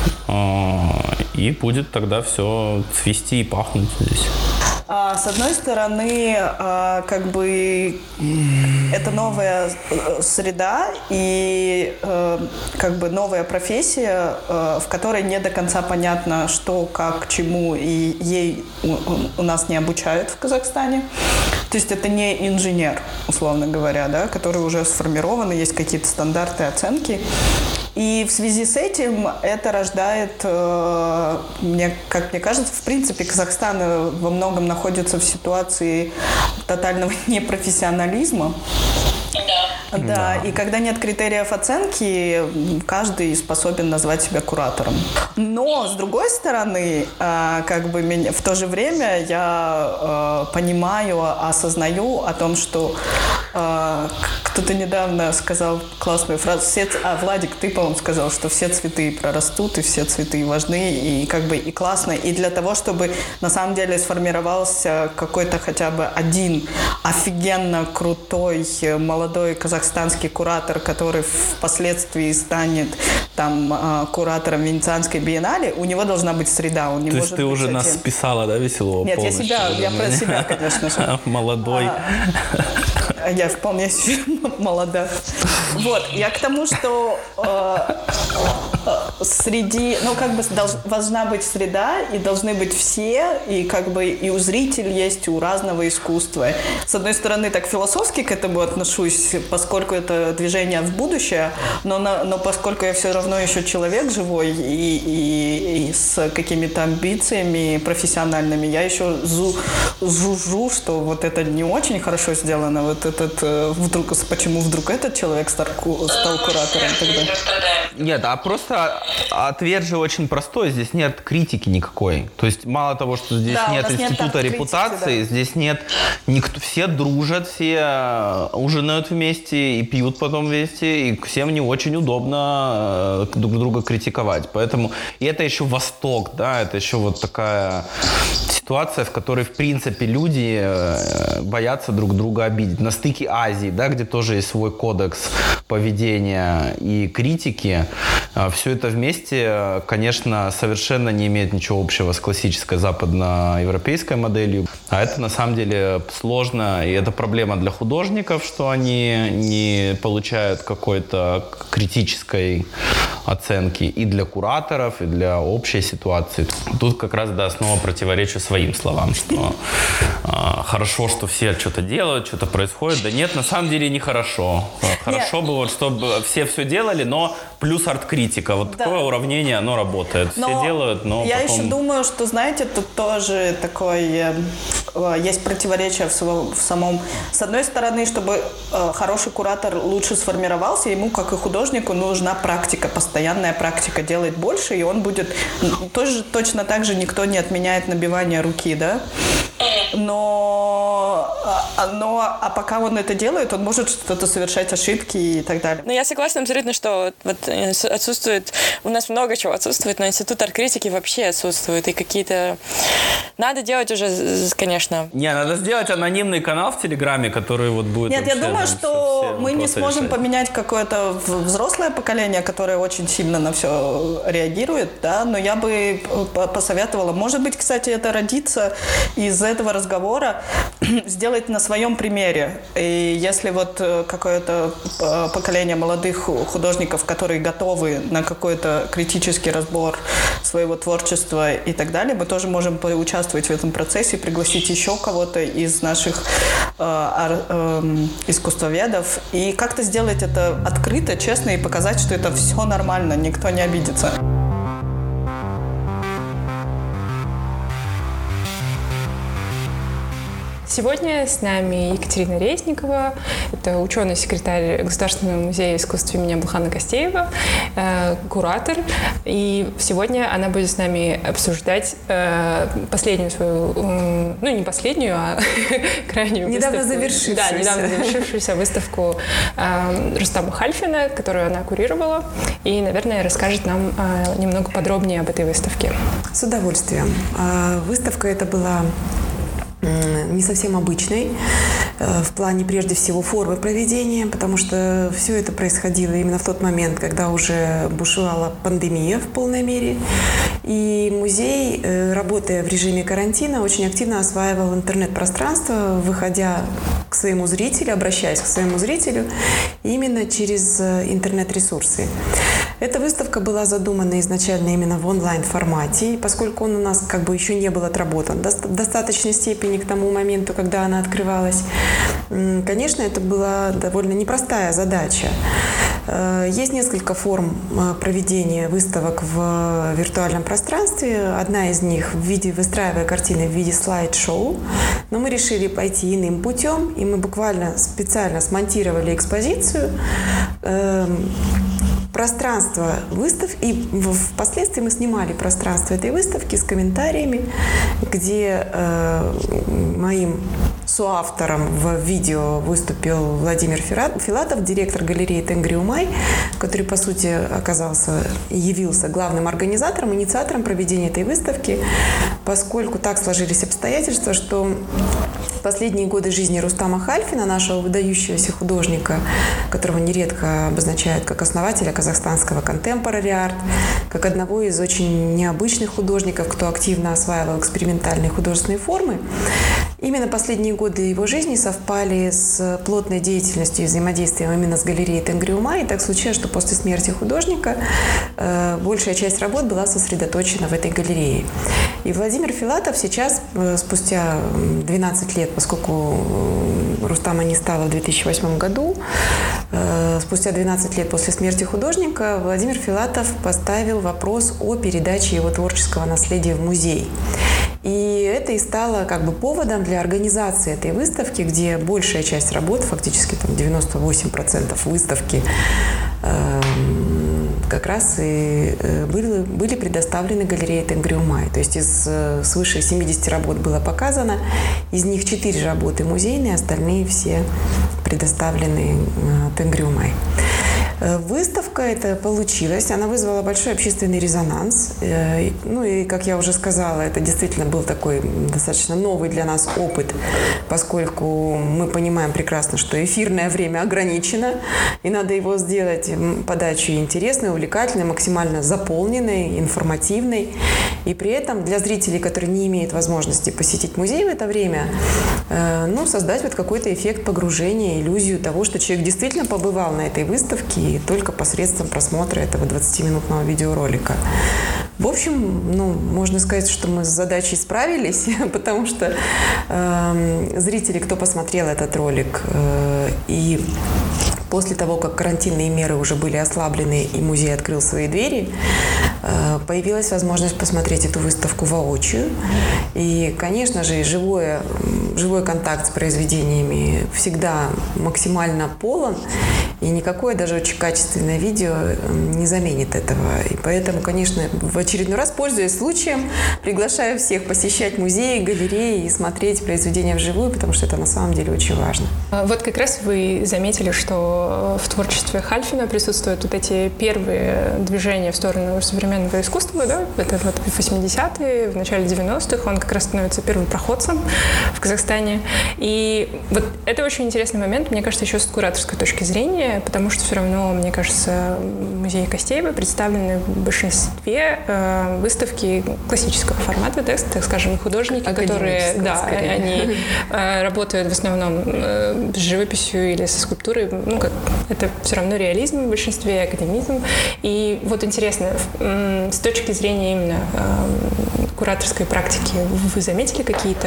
и будет тогда все цвести и пахнуть здесь. С одной стороны, как бы это новая среда и как бы новая профессия, в которой не до конца понятно, что, как, чему, и ей у нас не обучают в Казахстане. То есть это не инженер, условно говоря, да, который уже сформирован, есть какие-то стандарты оценки. И в связи с этим это рождает, э, мне, как мне кажется, в принципе, Казахстан во многом находится в ситуации тотального непрофессионализма. Да. Да, да, и когда нет критериев оценки, каждый способен назвать себя куратором. Но, с другой стороны, э, как бы меня, в то же время я э, понимаю, осознаю о том, что э, кто-то недавно сказал классную фразу, все, а, Владик, ты, по-моему, сказал, что все цветы прорастут, и все цветы важны, и как бы и классно. И для того, чтобы на самом деле сформировался какой-то хотя бы один офигенно крутой молодой казахстанский куратор, который впоследствии станет там куратором Венецианской биеннале, у него должна быть среда. Он не То может есть ты быть уже один. нас списала, да, Веселова? Нет, я себя, я про себя, конечно же. Молодой. Я вполне себе молода. Вот, я к тому, что э, э, среди, ну, как бы долж, должна быть среда, и должны быть все, и как бы и у зрителей есть, у разного искусства. С одной стороны, так философски к этому отношусь, поскольку это движение в будущее, но, на, но поскольку я все равно еще человек живой и, и, и с какими-то амбициями профессиональными, я еще зу, жужжу, что вот это не очень хорошо сделано, вот этот, вдруг, почему вдруг этот человек стал, стал куратором тогда? Нет, а просто ответ же очень простой, здесь нет критики никакой. То есть мало того, что здесь да, нет института нет репутации, критики, да. Здесь нет, никто, все дружат, все ужинают вместе и пьют потом вместе, и всем не очень удобно друг друга критиковать. Поэтому, и это еще Восток, да, это еще вот такая ситуация, в которой, в принципе, люди боятся друг друга обидеть. На стыке Азии, да, где тоже есть свой кодекс поведения и критики, все это вместе, конечно, совершенно не имеет ничего общего с классической западноевропейской моделью. А это, на самом деле, сложно, и это проблема для художников, что они не получают какой-то критической оценки, и для кураторов, и для общей ситуации. Тут как раз, да, снова противоречу своим словам, что э, хорошо, что все что-то делают, что-то происходит. Да нет, на самом деле нехорошо. Хорошо нет. бы, вот, чтобы все все делали, но плюс арт-критика. Вот да. такое уравнение, оно работает. Но все делают, но я потом... еще думаю, что, знаете, тут тоже такой... Э, есть противоречие в, в самом... С одной стороны, чтобы э, хороший куратор лучше сформировался, ему, как и художнику, нужна практика, постоянная практика, делать больше, и он будет... Тоже, точно так же никто не отменяет набивание руки, да? Но, но а пока он это делает, он может что-то совершать ошибки и так далее. Ну, я согласна абсолютно, что вот отсутствует, у нас много чего отсутствует, но институт арт-критики вообще отсутствует, и какие-то... Надо делать уже, конечно... Не, надо сделать анонимный канал в Телеграме, который вот будет... Нет, я думаю, что мы не сможем решать. Поменять какое-то взрослое поколение, которое очень сильно на все реагирует, да, но я бы посоветовала, может быть, кстати, это родится из этого разговора, сделать на своем примере. И если вот какое-то поколение молодых художников, которые готовы на какой-то критический разбор своего творчества и так далее, мы тоже можем поучаствовать в этом процессе, пригласить еще кого-то из наших э, э, искусствоведов и как-то сделать это открыто, честно и показать, что это все нормально, никто не обидится. Сегодня с нами Екатерина Резникова, это ученый-секретарь Государственного музея искусств имени Абылхана Костеева, э, куратор. И сегодня она будет с нами обсуждать э, последнюю свою, э, ну не последнюю, а крайнюю недавно выставку. Завершившуюся. Да, недавно завершившуюся выставку э, Рустама Хальфина, которую она курировала. И, наверное, расскажет нам э, немного подробнее об этой выставке. С удовольствием. Выставка эта была не совсем обычной в плане, прежде всего, формы проведения, потому что все это происходило именно в тот момент, когда уже бушевала пандемия в полной мере. И музей, работая в режиме карантина, очень активно осваивал интернет-пространство, выходя к своему зрителю, обращаясь к своему зрителю именно через интернет-ресурсы. Эта выставка была задумана изначально именно в онлайн-формате, поскольку он у нас как бы еще не был отработан в достаточной степени к тому моменту, когда она открывалась. Конечно, это была довольно непростая задача. Есть несколько форм проведения выставок в виртуальном пространстве. Одна из них в виде, выстраивая картины в виде слайд-шоу. Но мы решили пойти иным путем, и мы буквально специально смонтировали экспозицию, пространство выставки, и впоследствии мы снимали пространство этой выставки с комментариями, где э, моим соавтором в видео выступил Владимир Филатов, директор галереи Тенгри Умай, который, по сути, оказался и явился главным организатором, инициатором проведения этой выставки, поскольку так сложились обстоятельства, что в последние годы жизни Рустама Хальфина, нашего выдающегося художника, которого нередко обозначают как основателя казахстанского contemporary art, как одного из очень необычных художников, кто активно осваивал экспериментальные художественные формы. Именно последние годы его жизни совпали с плотной деятельностью и взаимодействием именно с галереей Тенгри-Умай. И так случилось, что после смерти художника э, большая часть работ была сосредоточена в этой галерее. И Владимир Филатов сейчас, э, спустя двенадцать лет, поскольку Рустама не стало в две тысячи восьмом году, э, спустя двенадцать лет после смерти художника, Владимир Филатов поставил вопрос о передаче его творческого наследия в музей. И это и стало как бы поводом для организации этой выставки, где большая часть работ, фактически там девяносто восемь процентов выставки, э, как раз и были, были предоставлены галерее Тенгри-Умай. То есть из свыше семидесяти работ было показано, из них четыре работы музейные, остальные все предоставлены Тенгри-Умай. Выставка эта получилась, она вызвала большой общественный резонанс. Ну и, как я уже сказала, это действительно был такой достаточно новый для нас опыт, поскольку мы понимаем прекрасно, что эфирное время ограничено, и надо его сделать подачу интересной, увлекательной, максимально заполненной, информативной. И при этом для зрителей, которые не имеют возможности посетить музей в это время, ну, создать вот какой-то эффект погружения, иллюзию того, что человек действительно побывал на этой выставке, и только посредством просмотра этого двадцатиминутного видеоролика. В общем, ну, можно сказать, что мы с задачей справились, потому что э, зрители, кто посмотрел этот ролик, э, и после того, как карантинные меры уже были ослаблены и музей открыл свои двери, появилась возможность посмотреть эту выставку воочию. И, конечно же, живое, живой контакт с произведениями всегда максимально полон, и никакое даже очень качественное видео не заменит этого. И поэтому, конечно, в очередной раз, пользуясь случаем, приглашаю всех посещать музеи, галереи и смотреть произведения вживую, потому что это на самом деле очень важно. Вот как раз вы заметили, что в творчестве Хальфина присутствуют вот эти первые движения в сторону современного искусства, да? Это вот в восьмидесятые, в начале девяностых он как раз становится первым проходцем в Казахстане. И вот это очень интересный момент, мне кажется, еще с кураторской точки зрения, потому что все равно, мне кажется, в музее Костеева представлены в большинстве э, выставки классического формата, да, так скажем, художники, которые, да, они э, работают в основном э, с живописью или со скульптурой, ну, как, это все равно реализм в большинстве, академизм. И вот интересно, с точки зрения именно э, кураторской практики, вы заметили какие-то,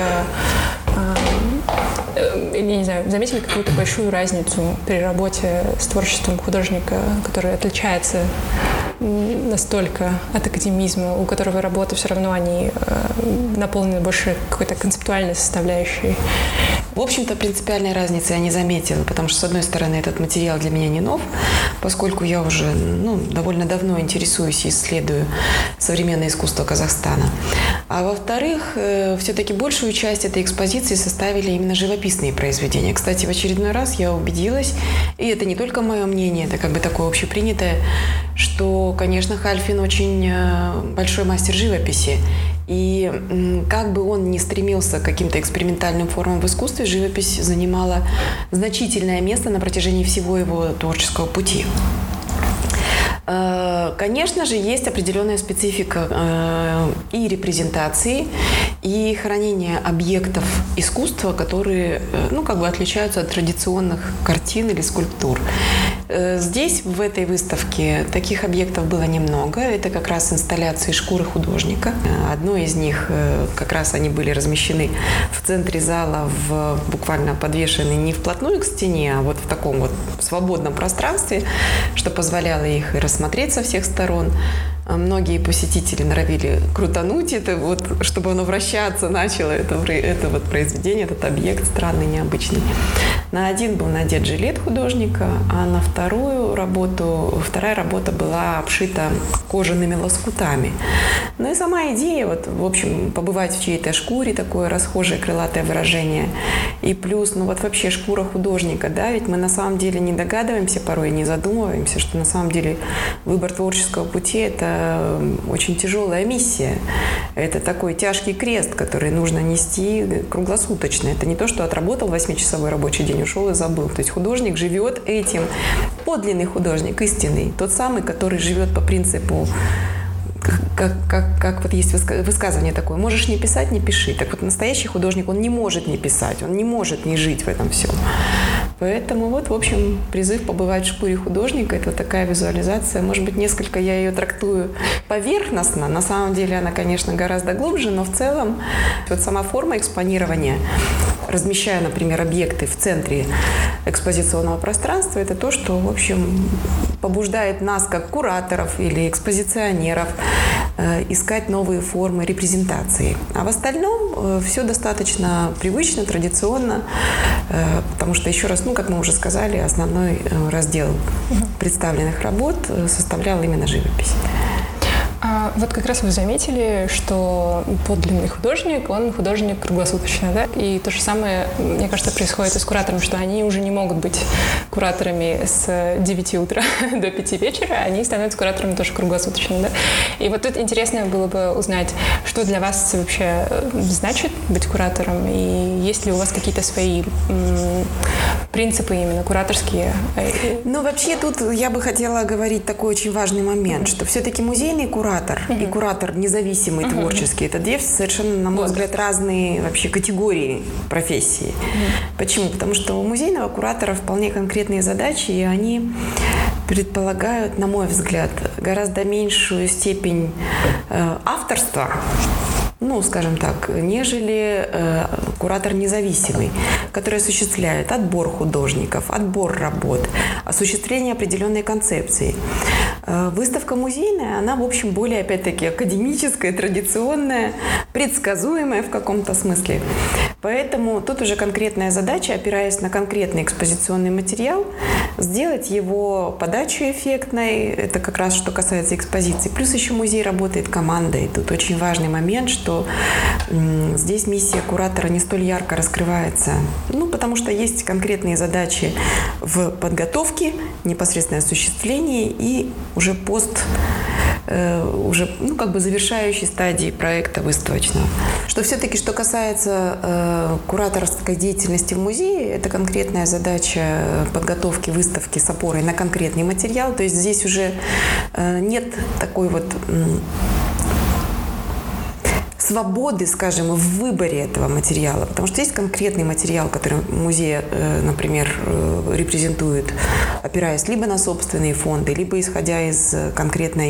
э, я не знаю, заметили какую-то большую разницу при работе с творчеством художника, который отличается настолько от академизма, у которого работы все равно они э, наполнены больше какой-то концептуальной составляющей? В общем-то, принципиальной разницы я не заметила, потому что, с одной стороны, этот материал для меня не нов, поскольку я уже ну, довольно давно интересуюсь и исследую современное искусство Казахстана. А во-вторых, э, все-таки большую часть этой экспозиции составили именно живописные произведения. Кстати, в очередной раз я убедилась, и это не только мое мнение, это как бы такое общепринятое, что, конечно, Хальфин очень большой мастер живописи. И как бы он ни стремился к каким-то экспериментальным формам в искусстве, живопись занимала значительное место на протяжении всего его творческого пути. Конечно же, есть определенная специфика и репрезентации, и хранения объектов искусства, которые, ну, как бы отличаются от традиционных картин или скульптур. Здесь, в этой выставке, таких объектов было немного. Это как раз инсталляции шкуры художника. Одной из них, как раз они были размещены в центре зала, в, буквально подвешены не вплотную к стене, а вот в таком вот свободном пространстве, что позволяло их и рассмотреть со всех сторон. Многие посетители норовили крутануть это, вот, чтобы оно вращаться начало, это, это вот произведение, этот объект странный, необычный. На один был надет жилет художника, а на вторую работу, вторая работа была обшита кожаными лоскутами. Ну и сама идея, вот, в общем, побывать в чьей-то шкуре, такое расхожее крылатое выражение. И плюс, ну вот вообще шкура художника, да, ведь мы на самом деле не догадываемся, порой не задумываемся, что на самом деле выбор творческого пути – это очень тяжелая миссия. Это такой тяжкий крест, который нужно нести круглосуточно. Это не то, что отработал восьмичасовой рабочий день, ушел и забыл. То есть художник живет этим. Подлинный художник, истинный. Тот самый, который живет по принципу как, как, как вот есть высказывание такое: можешь не писать, не пиши. Так вот, настоящий художник, он не может не писать, он не может не жить в этом всем. Поэтому вот, в общем, призыв побывать в шкуре художника – это вот такая визуализация. Может быть, несколько я ее трактую поверхностно. На самом деле она, конечно, гораздо глубже, но в целом вот сама форма экспонирования, размещая, например, объекты в центре экспозиционного пространства, это то, что, в общем, побуждает нас, как кураторов или экспозиционеров, искать новые формы репрезентации. А в остальном э, все достаточно привычно, традиционно, э, потому что, еще раз, ну, как мы уже сказали, основной э, раздел представленных работ э, составлял именно живопись. А вот как раз вы заметили, что подлинный художник, он художник круглосуточно, да? И то же самое, мне кажется, происходит и с куратором, что они уже не могут быть кураторами с девяти утра до пяти вечера, они становятся кураторами тоже круглосуточно, да? И вот тут интересно было бы узнать, что для вас вообще значит быть куратором, и есть ли у вас какие-то свои м- принципы именно кураторские? Ну, вообще тут я бы хотела говорить такой очень важный момент, что все-таки музейный куратор Uh-huh. и куратор независимый, uh-huh. творческий, это две совершенно, на мой взгляд, разные вообще категории профессии. Uh-huh. Почему? Потому что у музейного куратора вполне конкретные задачи, и они предполагают, на мой взгляд, гораздо меньшую степень э, авторства, ну, скажем так, нежели э, куратор независимый, который осуществляет отбор художников, отбор работ, осуществление определенной концепции. Э, выставка музейная, она, в общем, более, опять-таки, академическая, традиционная, предсказуемая в каком-то смысле. Поэтому тут уже конкретная задача, опираясь на конкретный экспозиционный материал, сделать его подачу эффектной. Это как раз что касается экспозиции. Плюс еще музей работает командой. Тут очень важный момент, что м, здесь миссия куратора не столь ярко раскрывается. Ну, потому что есть конкретные задачи в подготовке, непосредственное осуществление и уже пост, э, уже, ну, как бы завершающей стадии проекта выставочного. Что все-таки, что касается э, кураторской деятельности в музее, это конкретная задача подготовки выставки с опорой на конкретный материал. То есть здесь уже э, нет такой вот м, свободы, скажем, в выборе этого материала. Потому что есть конкретный материал, который музей, например, репрезентует, опираясь либо на собственные фонды, либо исходя из конкретной,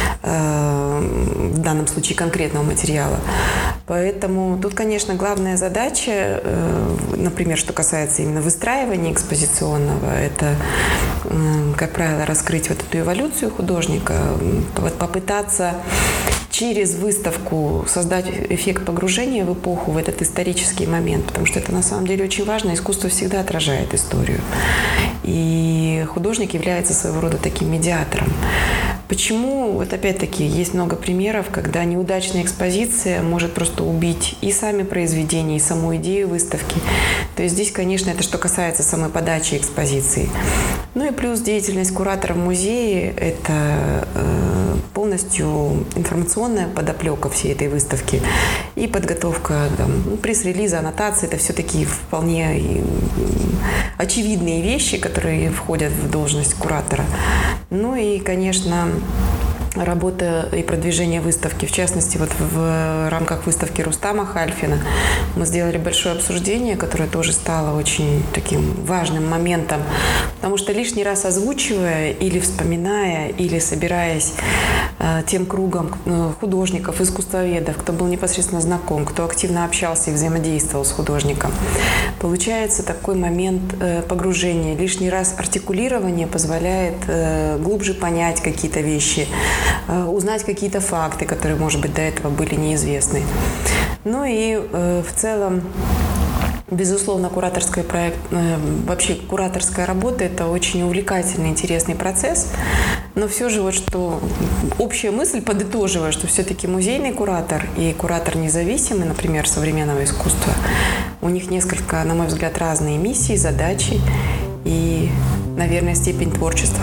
в данном случае, конкретного материала. Поэтому тут, конечно, главная задача, например, что касается именно выстраивания экспозиционного, это, как правило, раскрыть вот эту эволюцию художника, попытаться через выставку создать эффект погружения в эпоху, в этот исторический момент, потому что это на самом деле очень важно. Искусство всегда отражает историю. И художник является своего рода таким медиатором. Почему? Вот опять-таки есть много примеров, когда неудачная экспозиция может просто убить и сами произведения, и саму идею выставки. То есть здесь, конечно, это что касается самой подачи экспозиции. Ну и плюс деятельность куратора в музее – это э, полностью информационная подоплека всей этой выставки и подготовка там, ну, пресс-релиза, аннотации. Это все такие вполне очевидные вещи, которые входят в должность куратора. Ну и, конечно, работа и продвижение выставки. В частности, вот в рамках выставки Рустама Хальфина мы сделали большое обсуждение, которое тоже стало очень таким важным моментом, потому что лишний раз озвучивая или вспоминая, или собираясь э, тем кругом э, художников, искусствоведов, кто был непосредственно знаком, кто активно общался и взаимодействовал с художником, получается такой момент э, погружения. Лишний раз артикулирование позволяет э, глубже понять какие-то вещи, узнать какие-то факты, которые, может быть, до этого были неизвестны. Ну и э, в целом, безусловно, кураторская проект, э, вообще кураторская работа – это очень увлекательный, интересный процесс. Но все же вот что общая мысль, подытоживая, что все-таки музейный куратор и куратор независимый, например, современного искусства, у них несколько, на мой взгляд, разные миссии, задачи и, наверное, степень творчества.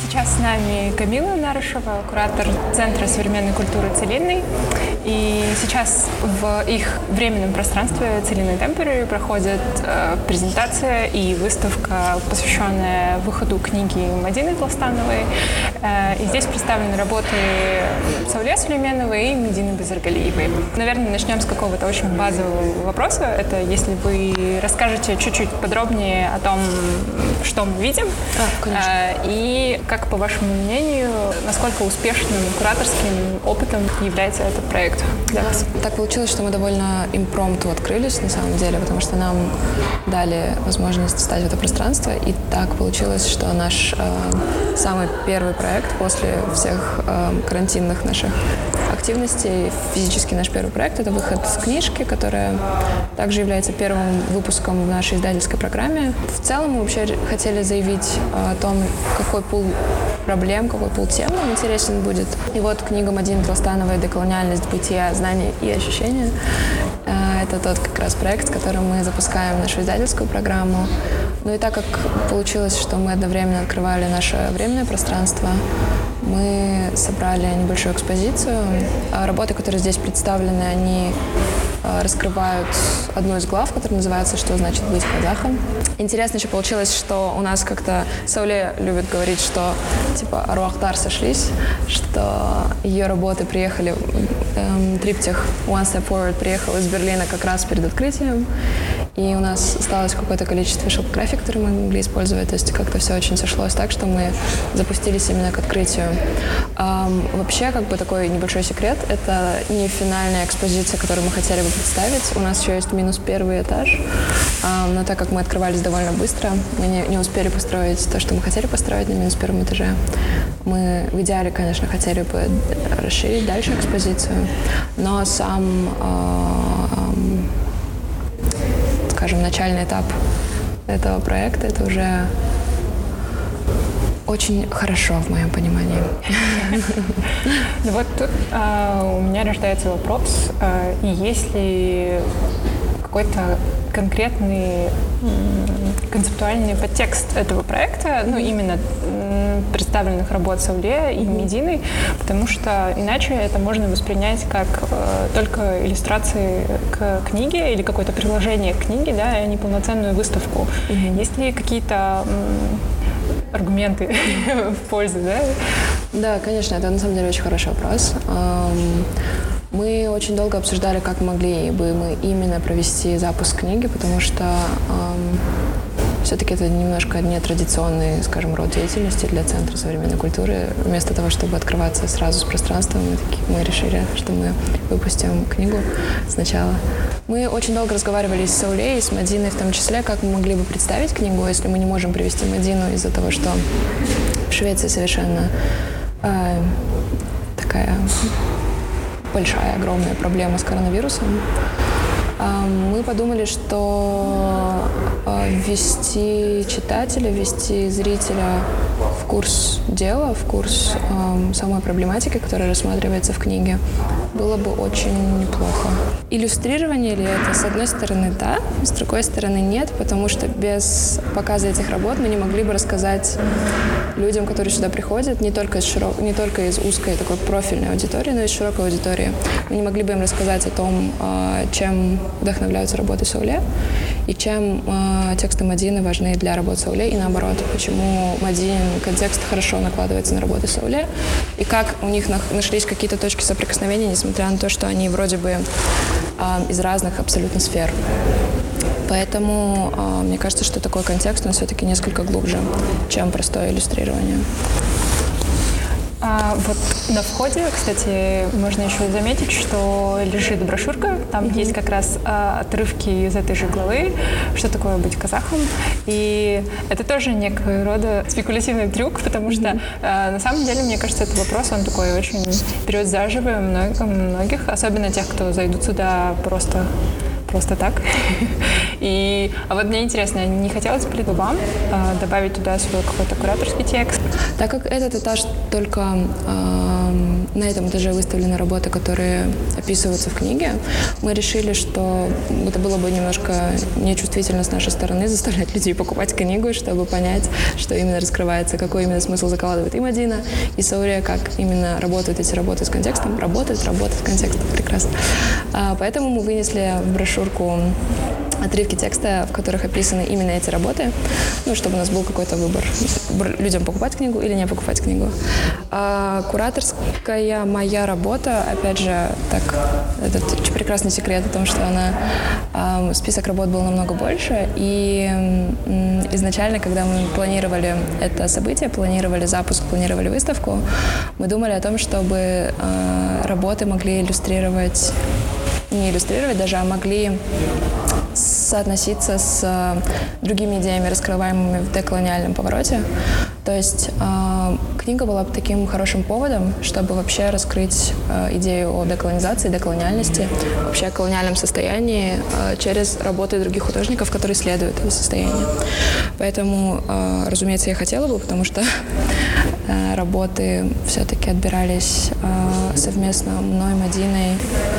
Сейчас с нами Камила Нарышева, куратор Центра современной культуры «Целинный». И сейчас в их временном пространстве «Целинный Темпори» проходит э, презентация и выставка, посвященная выходу книги Мадины Тластановой. Э, и здесь представлены работы Сауле Сулейменовой и Медины Базаргалиевой. Наверное, начнем с какого-то очень базового вопроса. Это если вы расскажете чуть-чуть подробнее о том, что мы видим. А, конечно. Э, и как, по вашему мнению, насколько успешным кураторским опытом является этот проект для вас? Так получилось, что мы довольно импромту открылись, на самом деле, потому что нам дали возможность встать в это пространство, и так получилось, что наш э, самый первый проект после всех э, карантинных наших активностей, физически наш первый проект, это выход с книжки, которая также является первым выпуском в нашей издательской программе. В целом мы вообще хотели заявить о том, какой пул проблем, какой пул тем нам интересен будет. И вот книга Мадины Тластановой «Деколониальность бытия, знания и ощущения». Это тот как раз проект, с которым мы запускаем нашу издательскую программу. Ну и так как получилось, что мы одновременно открывали наше временное пространство, мы собрали небольшую экспозицию. Работы, которые здесь представлены, они раскрывают одну из глав, которая называется «Что значит быть казахом?». Интересно еще получилось, что у нас как-то Сауле любит говорить, что типа аруахтар сошлись, что ее работы приехали, эм, триптих One Step Forward приехал из Берлина как раз перед открытием, и у нас осталось какое-то количество шелкографий, которые мы могли использовать, то есть как-то все очень сошлось так, что мы запустились именно к открытию. Эм, вообще, как бы такой небольшой секрет, это не финальная экспозиция, которую мы хотели бы представить. У нас еще есть минус первый этаж, эм, но так как мы открывались довольно быстро, мы не, не успели построить то, что мы хотели построить на минус первом этаже. Мы в идеале, конечно, хотели бы расширить дальше экспозицию, но сам, э, э, скажем, начальный этап этого проекта — это уже очень хорошо, в моем понимании. Ну вот тут а, у меня рождается вопрос, а, есть ли какой-то конкретный м, концептуальный подтекст этого проекта, ну именно м, представленных работ Сауле и Медины, потому что иначе это можно воспринять как э, только иллюстрации к книге или какое-то приложение к книге, да, а не полноценную выставку. Mm-hmm. Есть ли какие-то м, аргументы в пользу, да? Да, конечно, это на самом деле очень хороший вопрос. Мы очень долго обсуждали, как могли бы мы именно провести запуск книги, потому что эм, все-таки это немножко нетрадиционный, скажем, род деятельности для Центра современной культуры. Вместо того, чтобы открываться сразу с пространством, мы, таки, мы решили, что мы выпустим книгу сначала. Мы очень долго разговаривали с Сауле и с Мадиной в том числе, как мы могли бы представить книгу, если мы не можем привести Мадину из-за того, что в Швеции совершенно э, такая большая, огромная проблема с коронавирусом. Мы подумали, что ввести читателя, ввести зрителя в курс дела, в курс самой проблематики, которая рассматривается в книге, было бы очень неплохо. Иллюстрирование ли это? С одной стороны, да, с другой стороны, нет, потому что без показа этих работ мы не могли бы рассказать людям, которые сюда приходят, не только из, широк... не только из узкой такой профильной аудитории, но и из широкой аудитории. Мы не могли бы им рассказать о том, чем вдохновляются работы Сауле и чем э, тексты Мадины важны для работ Сауле и наоборот, почему Мадинин контекст хорошо накладывается на работы Сауле и как у них на- нашлись какие-то точки соприкосновения, несмотря на то, что они вроде бы э, из разных абсолютно сфер. Поэтому э, мне кажется, что такой контекст, он все-таки несколько глубже, чем простое иллюстрирование. А вот на входе, кстати, можно еще заметить, что лежит брошюрка. Там mm-hmm. есть как раз а, отрывки из этой же главы, что такое быть казахом. И это тоже некого рода спекулятивный трюк, потому mm-hmm. что а, на самом деле, мне кажется, этот вопрос, он такой очень берет за живое многих, особенно тех, кто зайдут сюда просто... просто так. И, а вот мне интересно, не хотелось бы ли вам э, добавить туда свой какой-то кураторский текст? Так как этот этаж только э, на этом этаже выставлены работы, которые описываются в книге, мы решили, что это было бы немножко нечувствительно с нашей стороны заставлять людей покупать книгу, чтобы понять, что именно раскрывается, какой именно смысл закладывает и Мадина, и Сауле, как именно работают эти работы с контекстом. Работают, работают с контекстом. Прекрасно. А, поэтому мы вынесли в брошюрку отрывки текста, в которых описаны именно эти работы, ну, чтобы у нас был какой-то выбор, людям покупать книгу или не покупать книгу. А кураторская моя работа, опять же, так, этот прекрасный секрет о том, что она, а, список работ был намного больше, и м, изначально, когда мы планировали это событие, планировали запуск, планировали выставку, мы думали о том, чтобы а, работы могли иллюстрировать, не иллюстрировать даже, а могли соотноситься с э, другими идеями, раскрываемыми в деколониальном повороте. То есть э, книга была таким хорошим поводом, чтобы вообще раскрыть э, идею о деколонизации, деколониальности, вообще о колониальном состоянии э, через работы других художников, которые исследуют это состояние. Поэтому, э, разумеется, я хотела бы, потому что э, работы все-таки отбирались э, совместно мной, Мадиной,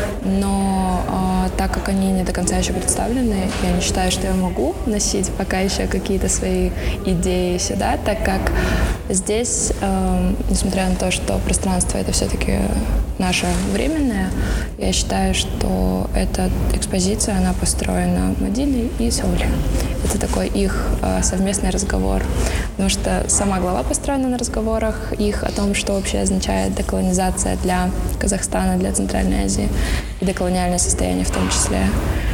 но э, так как они не до конца еще представлены, я не считаю, что я могу вносить пока еще какие-то свои идеи сюда, так как здесь, э, несмотря на то, что пространство это все-таки наше временное, я считаю, что эта экспозиция, она построена Мадиной и Сауле. Это такой их э, совместный разговор, потому что сама глава построена на разговорах их о том, что вообще означает деколонизация для Казахстана, для Центральной Азии и деколониальное состояние в том числе.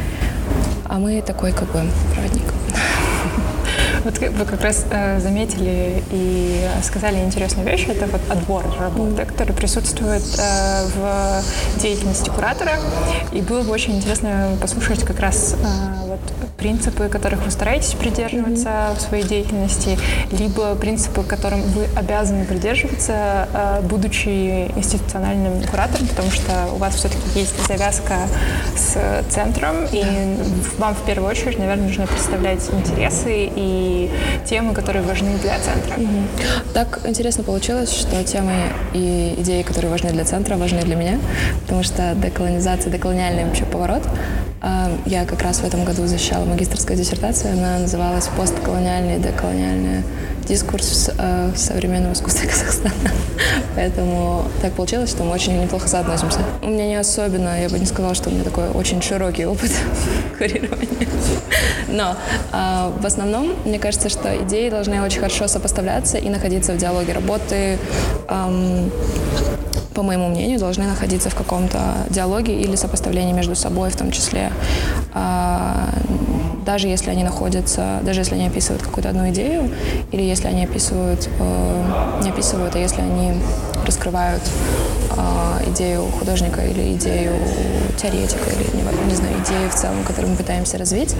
А мы такой как бы проводник. Вот вы как раз э, заметили и сказали интересную вещь. Это вот отбор работы, который присутствует э, в деятельности куратора. И было бы очень интересно послушать как раз э, вот, принципы, которых вы стараетесь придерживаться mm-hmm. в своей деятельности, либо принципы, которым вы обязаны придерживаться, э, будучи институциональным куратором, потому что у вас все-таки есть завязка с центром, и вам в первую очередь, наверное, нужно представлять интересы и темы, которые важны для центра. Mm-hmm. Так интересно получилось, что темы и идеи, которые важны для центра, важны для меня, потому что деколонизация, деколониальный вообще поворот. Я как раз в этом году защищала магистерскую диссертацию, она называлась «Постколониальный и деколониальный дискурс в современном искусстве Казахстана». Поэтому так получилось, что мы очень неплохо соотносимся. У меня не особенно, я бы не сказала, что у меня такой очень широкий опыт курирования. Но э, в основном, мне кажется, что идеи должны очень хорошо сопоставляться и находиться в диалоге. Работы, эм, по моему мнению, должны находиться в каком-то диалоге или сопоставлении между собой в том числе. Э, даже если они находятся, даже если они описывают какую-то одну идею, или если они описывают, э, не описывают, а если они раскрывают э, идею художника или идею теоретика, или, не, не знаю, идею в целом, которую мы пытаемся развить,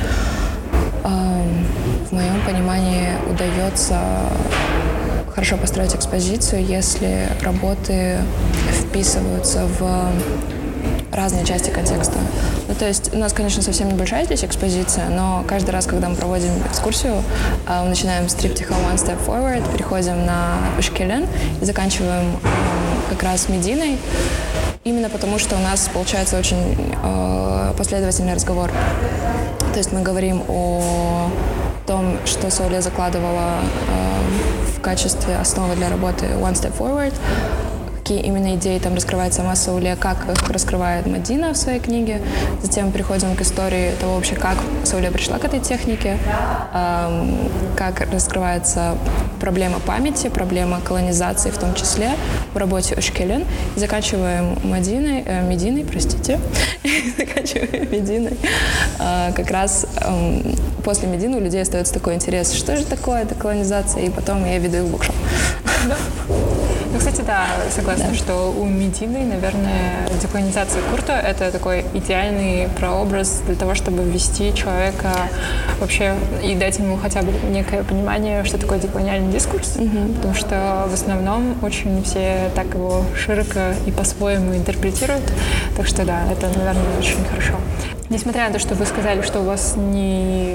в моем понимании удается хорошо построить экспозицию, если работы вписываются в разные части контекста. Ну, то есть у нас, конечно, совсем небольшая здесь экспозиция, но каждый раз, когда мы проводим экскурсию, мы начинаем с триптиха One Step Forward, переходим на Ушкелен и заканчиваем как раз Мединой, именно потому что у нас получается очень последовательный разговор. То есть мы говорим о том, что Сауле закладывала э, в качестве основы для работы One Step Forward, какие именно идеи там раскрывает сама Сауле, как их раскрывает Мадина в своей книге. Затем мы переходим к истории того вообще, как Сауле пришла к этой технике, э, как раскрывается проблема памяти, проблема колонизации в том числе в работе Ушкелен. И заканчиваем Мадиной, э, Мединой, простите, заканчиваем Мединой. Э, как раз э, после Медины у людей остается такой интерес, что же такое деколонизация, и потом я веду их в букшоп. Ну, кстати, да, согласна, да. что у Медины, наверное, деколонизация курта — это такой идеальный прообраз для того, чтобы ввести человека вообще и дать ему хотя бы некое понимание, что такое деколониальный дискурс, угу. потому что в основном очень все так его широко и по-своему интерпретируют. Так что да, это, наверное, очень хорошо. Несмотря на то, что вы сказали, что у вас не...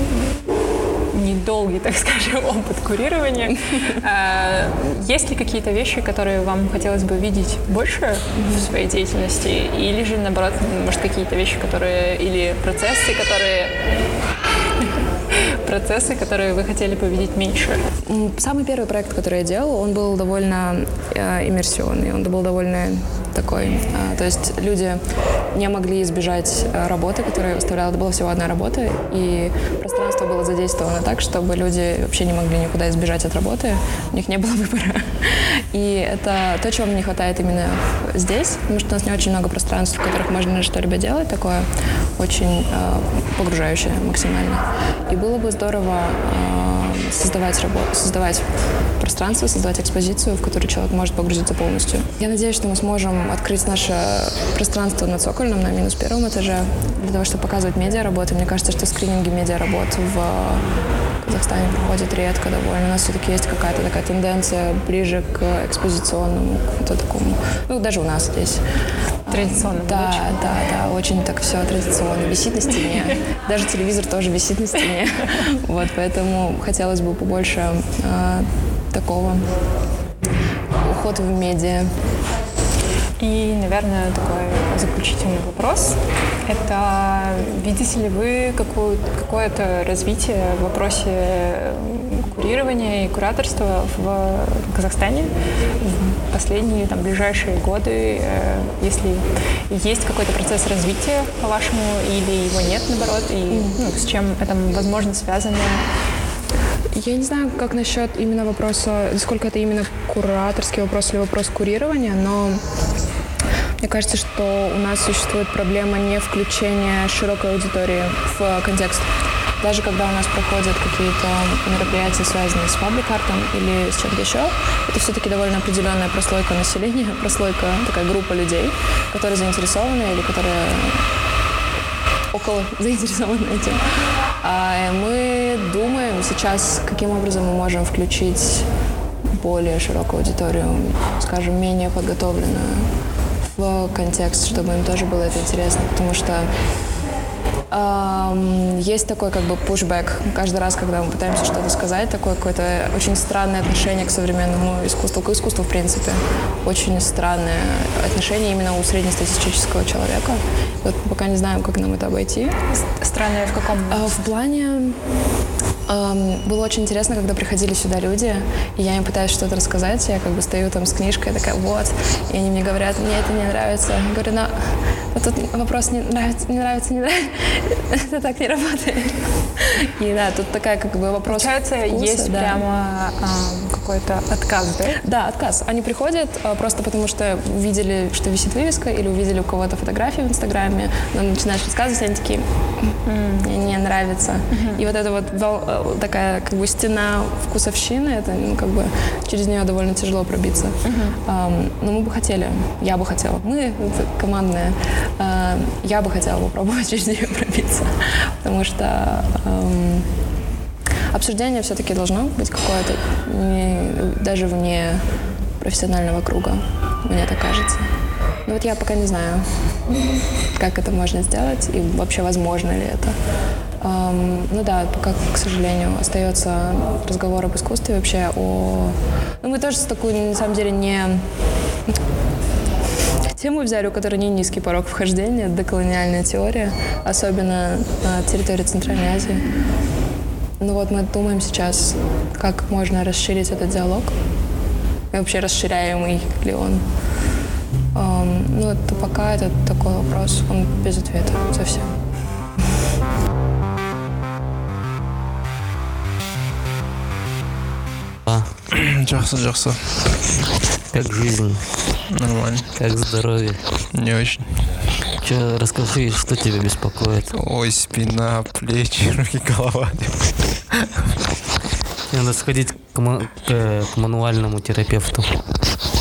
недолгий, так скажем, опыт курирования. Есть ли какие-то вещи, которые вам хотелось бы видеть больше в своей деятельности? Или же, наоборот, может, какие-то вещи, которые... Или процессы, которые... процессы, которые вы хотели бы видеть меньше? Самый первый проект, который я делала, он был довольно э, иммерсионный, он был довольно такой. Э, то есть люди не могли избежать э, работы, которую я выставляла. Это была всего одна работа, и пространство было задействовано так, чтобы люди вообще не могли никуда избежать от работы. У них не было выбора. И это то, чего мне не хватает именно здесь, потому что у нас не очень много пространств, в которых можно что-либо делать такое, очень э, погружающее максимально. И было бы здорово э, создавать, работу, создавать пространство, создавать экспозицию, в которую человек может погрузиться полностью. Я надеюсь, что мы сможем открыть наше пространство на цокольном, на минус первом этаже, для того, чтобы показывать медиаработы. Мне кажется, что скрининги медиаработ в Казахстане проходят редко довольно. У нас все-таки есть какая-то такая тенденция ближе к экспозиционному, к такому, ну, даже у нас здесь. Традиционно. Да, да, да, очень так все традиционно. Висит на стене. Даже телевизор тоже висит на стене. Вот, поэтому хотелось бы побольше э, такого ухода в медиа. И, наверное, такой заключительный вопрос. Это видите ли вы какую, какое-то развитие в вопросе курирования и кураторства в Казахстане в последние там, ближайшие годы? Если есть какой-то процесс развития, по-вашему, или его нет, наоборот, и ну, с чем это, возможно, связано? Я не знаю, как насчет именно вопроса, сколько это именно кураторский вопрос или вопрос курирования, но мне кажется, что у нас существует проблема не включения широкой аудитории в контекст. Даже когда у нас проходят какие-то мероприятия, связанные с паблик-артом или с чем-то еще, это все-таки довольно определенная прослойка населения, прослойка, такая группа людей, которые заинтересованы или которые около заинтересованы этим. А мы думаем сейчас, каким образом мы можем включить более широкую аудиторию, скажем, менее подготовленную, в контекст, чтобы им тоже было это интересно, потому что эм, есть такой как бы pushback каждый раз, когда мы пытаемся что-то сказать, такое какое-то очень странное отношение к современному искусству, к искусству в принципе, очень странное отношение именно у среднестатистического человека. Вот пока не знаем, как нам это обойти. Странное в каком? Э, в плане эм, было очень интересно, когда приходили сюда люди, и я им пытаюсь что-то рассказать, я как бы стою там с книжкой, такая вот, и они мне говорят, мне это не нравится. Я говорю, но вот тут вопрос не нравится, не нравится, не нравится. Это так не работает. И да, тут такая как бы вопрос Получается, вкуса, есть да. прямо а, какой-то отказ, да? Да, отказ. Они приходят а, просто потому, что увидели, что висит вывеска, или увидели у кого-то фотографии в Инстаграме, но начинаешь рассказывать, они такие, мне не нравится. Mm-hmm. И вот эта вот такая как бы стена вкусовщины, это ну, как бы через нее довольно тяжело пробиться. Mm-hmm. А, но мы бы хотели, я бы хотела, мы, командная, а, я бы хотела попробовать через нее пробиться, потому что эм, обсуждение все-таки должно быть какое-то, не, даже вне профессионального круга, мне так кажется. Но вот я пока не знаю, как это можно сделать и вообще возможно ли это. Эм, ну да, пока, к сожалению, остается разговор об искусстве вообще о... Ну мы тоже с такой, на самом деле, не... Тему взяли, у которой не низкий порог вхождения, деколониальная теория, особенно на территории Центральной Азии. Ну вот мы думаем сейчас, как можно расширить этот диалог. И вообще расширяемый ли он. Um, ну это пока это такой вопрос, он без ответа совсем. А. Жақсы, жақсы. Как жизнь? Нормально. Как здоровье? Не очень. Че, расскажи, что тебя беспокоит? Ой, спина, плечи, руки, голова. Надо сходить к, ма- к, к мануальному терапевту.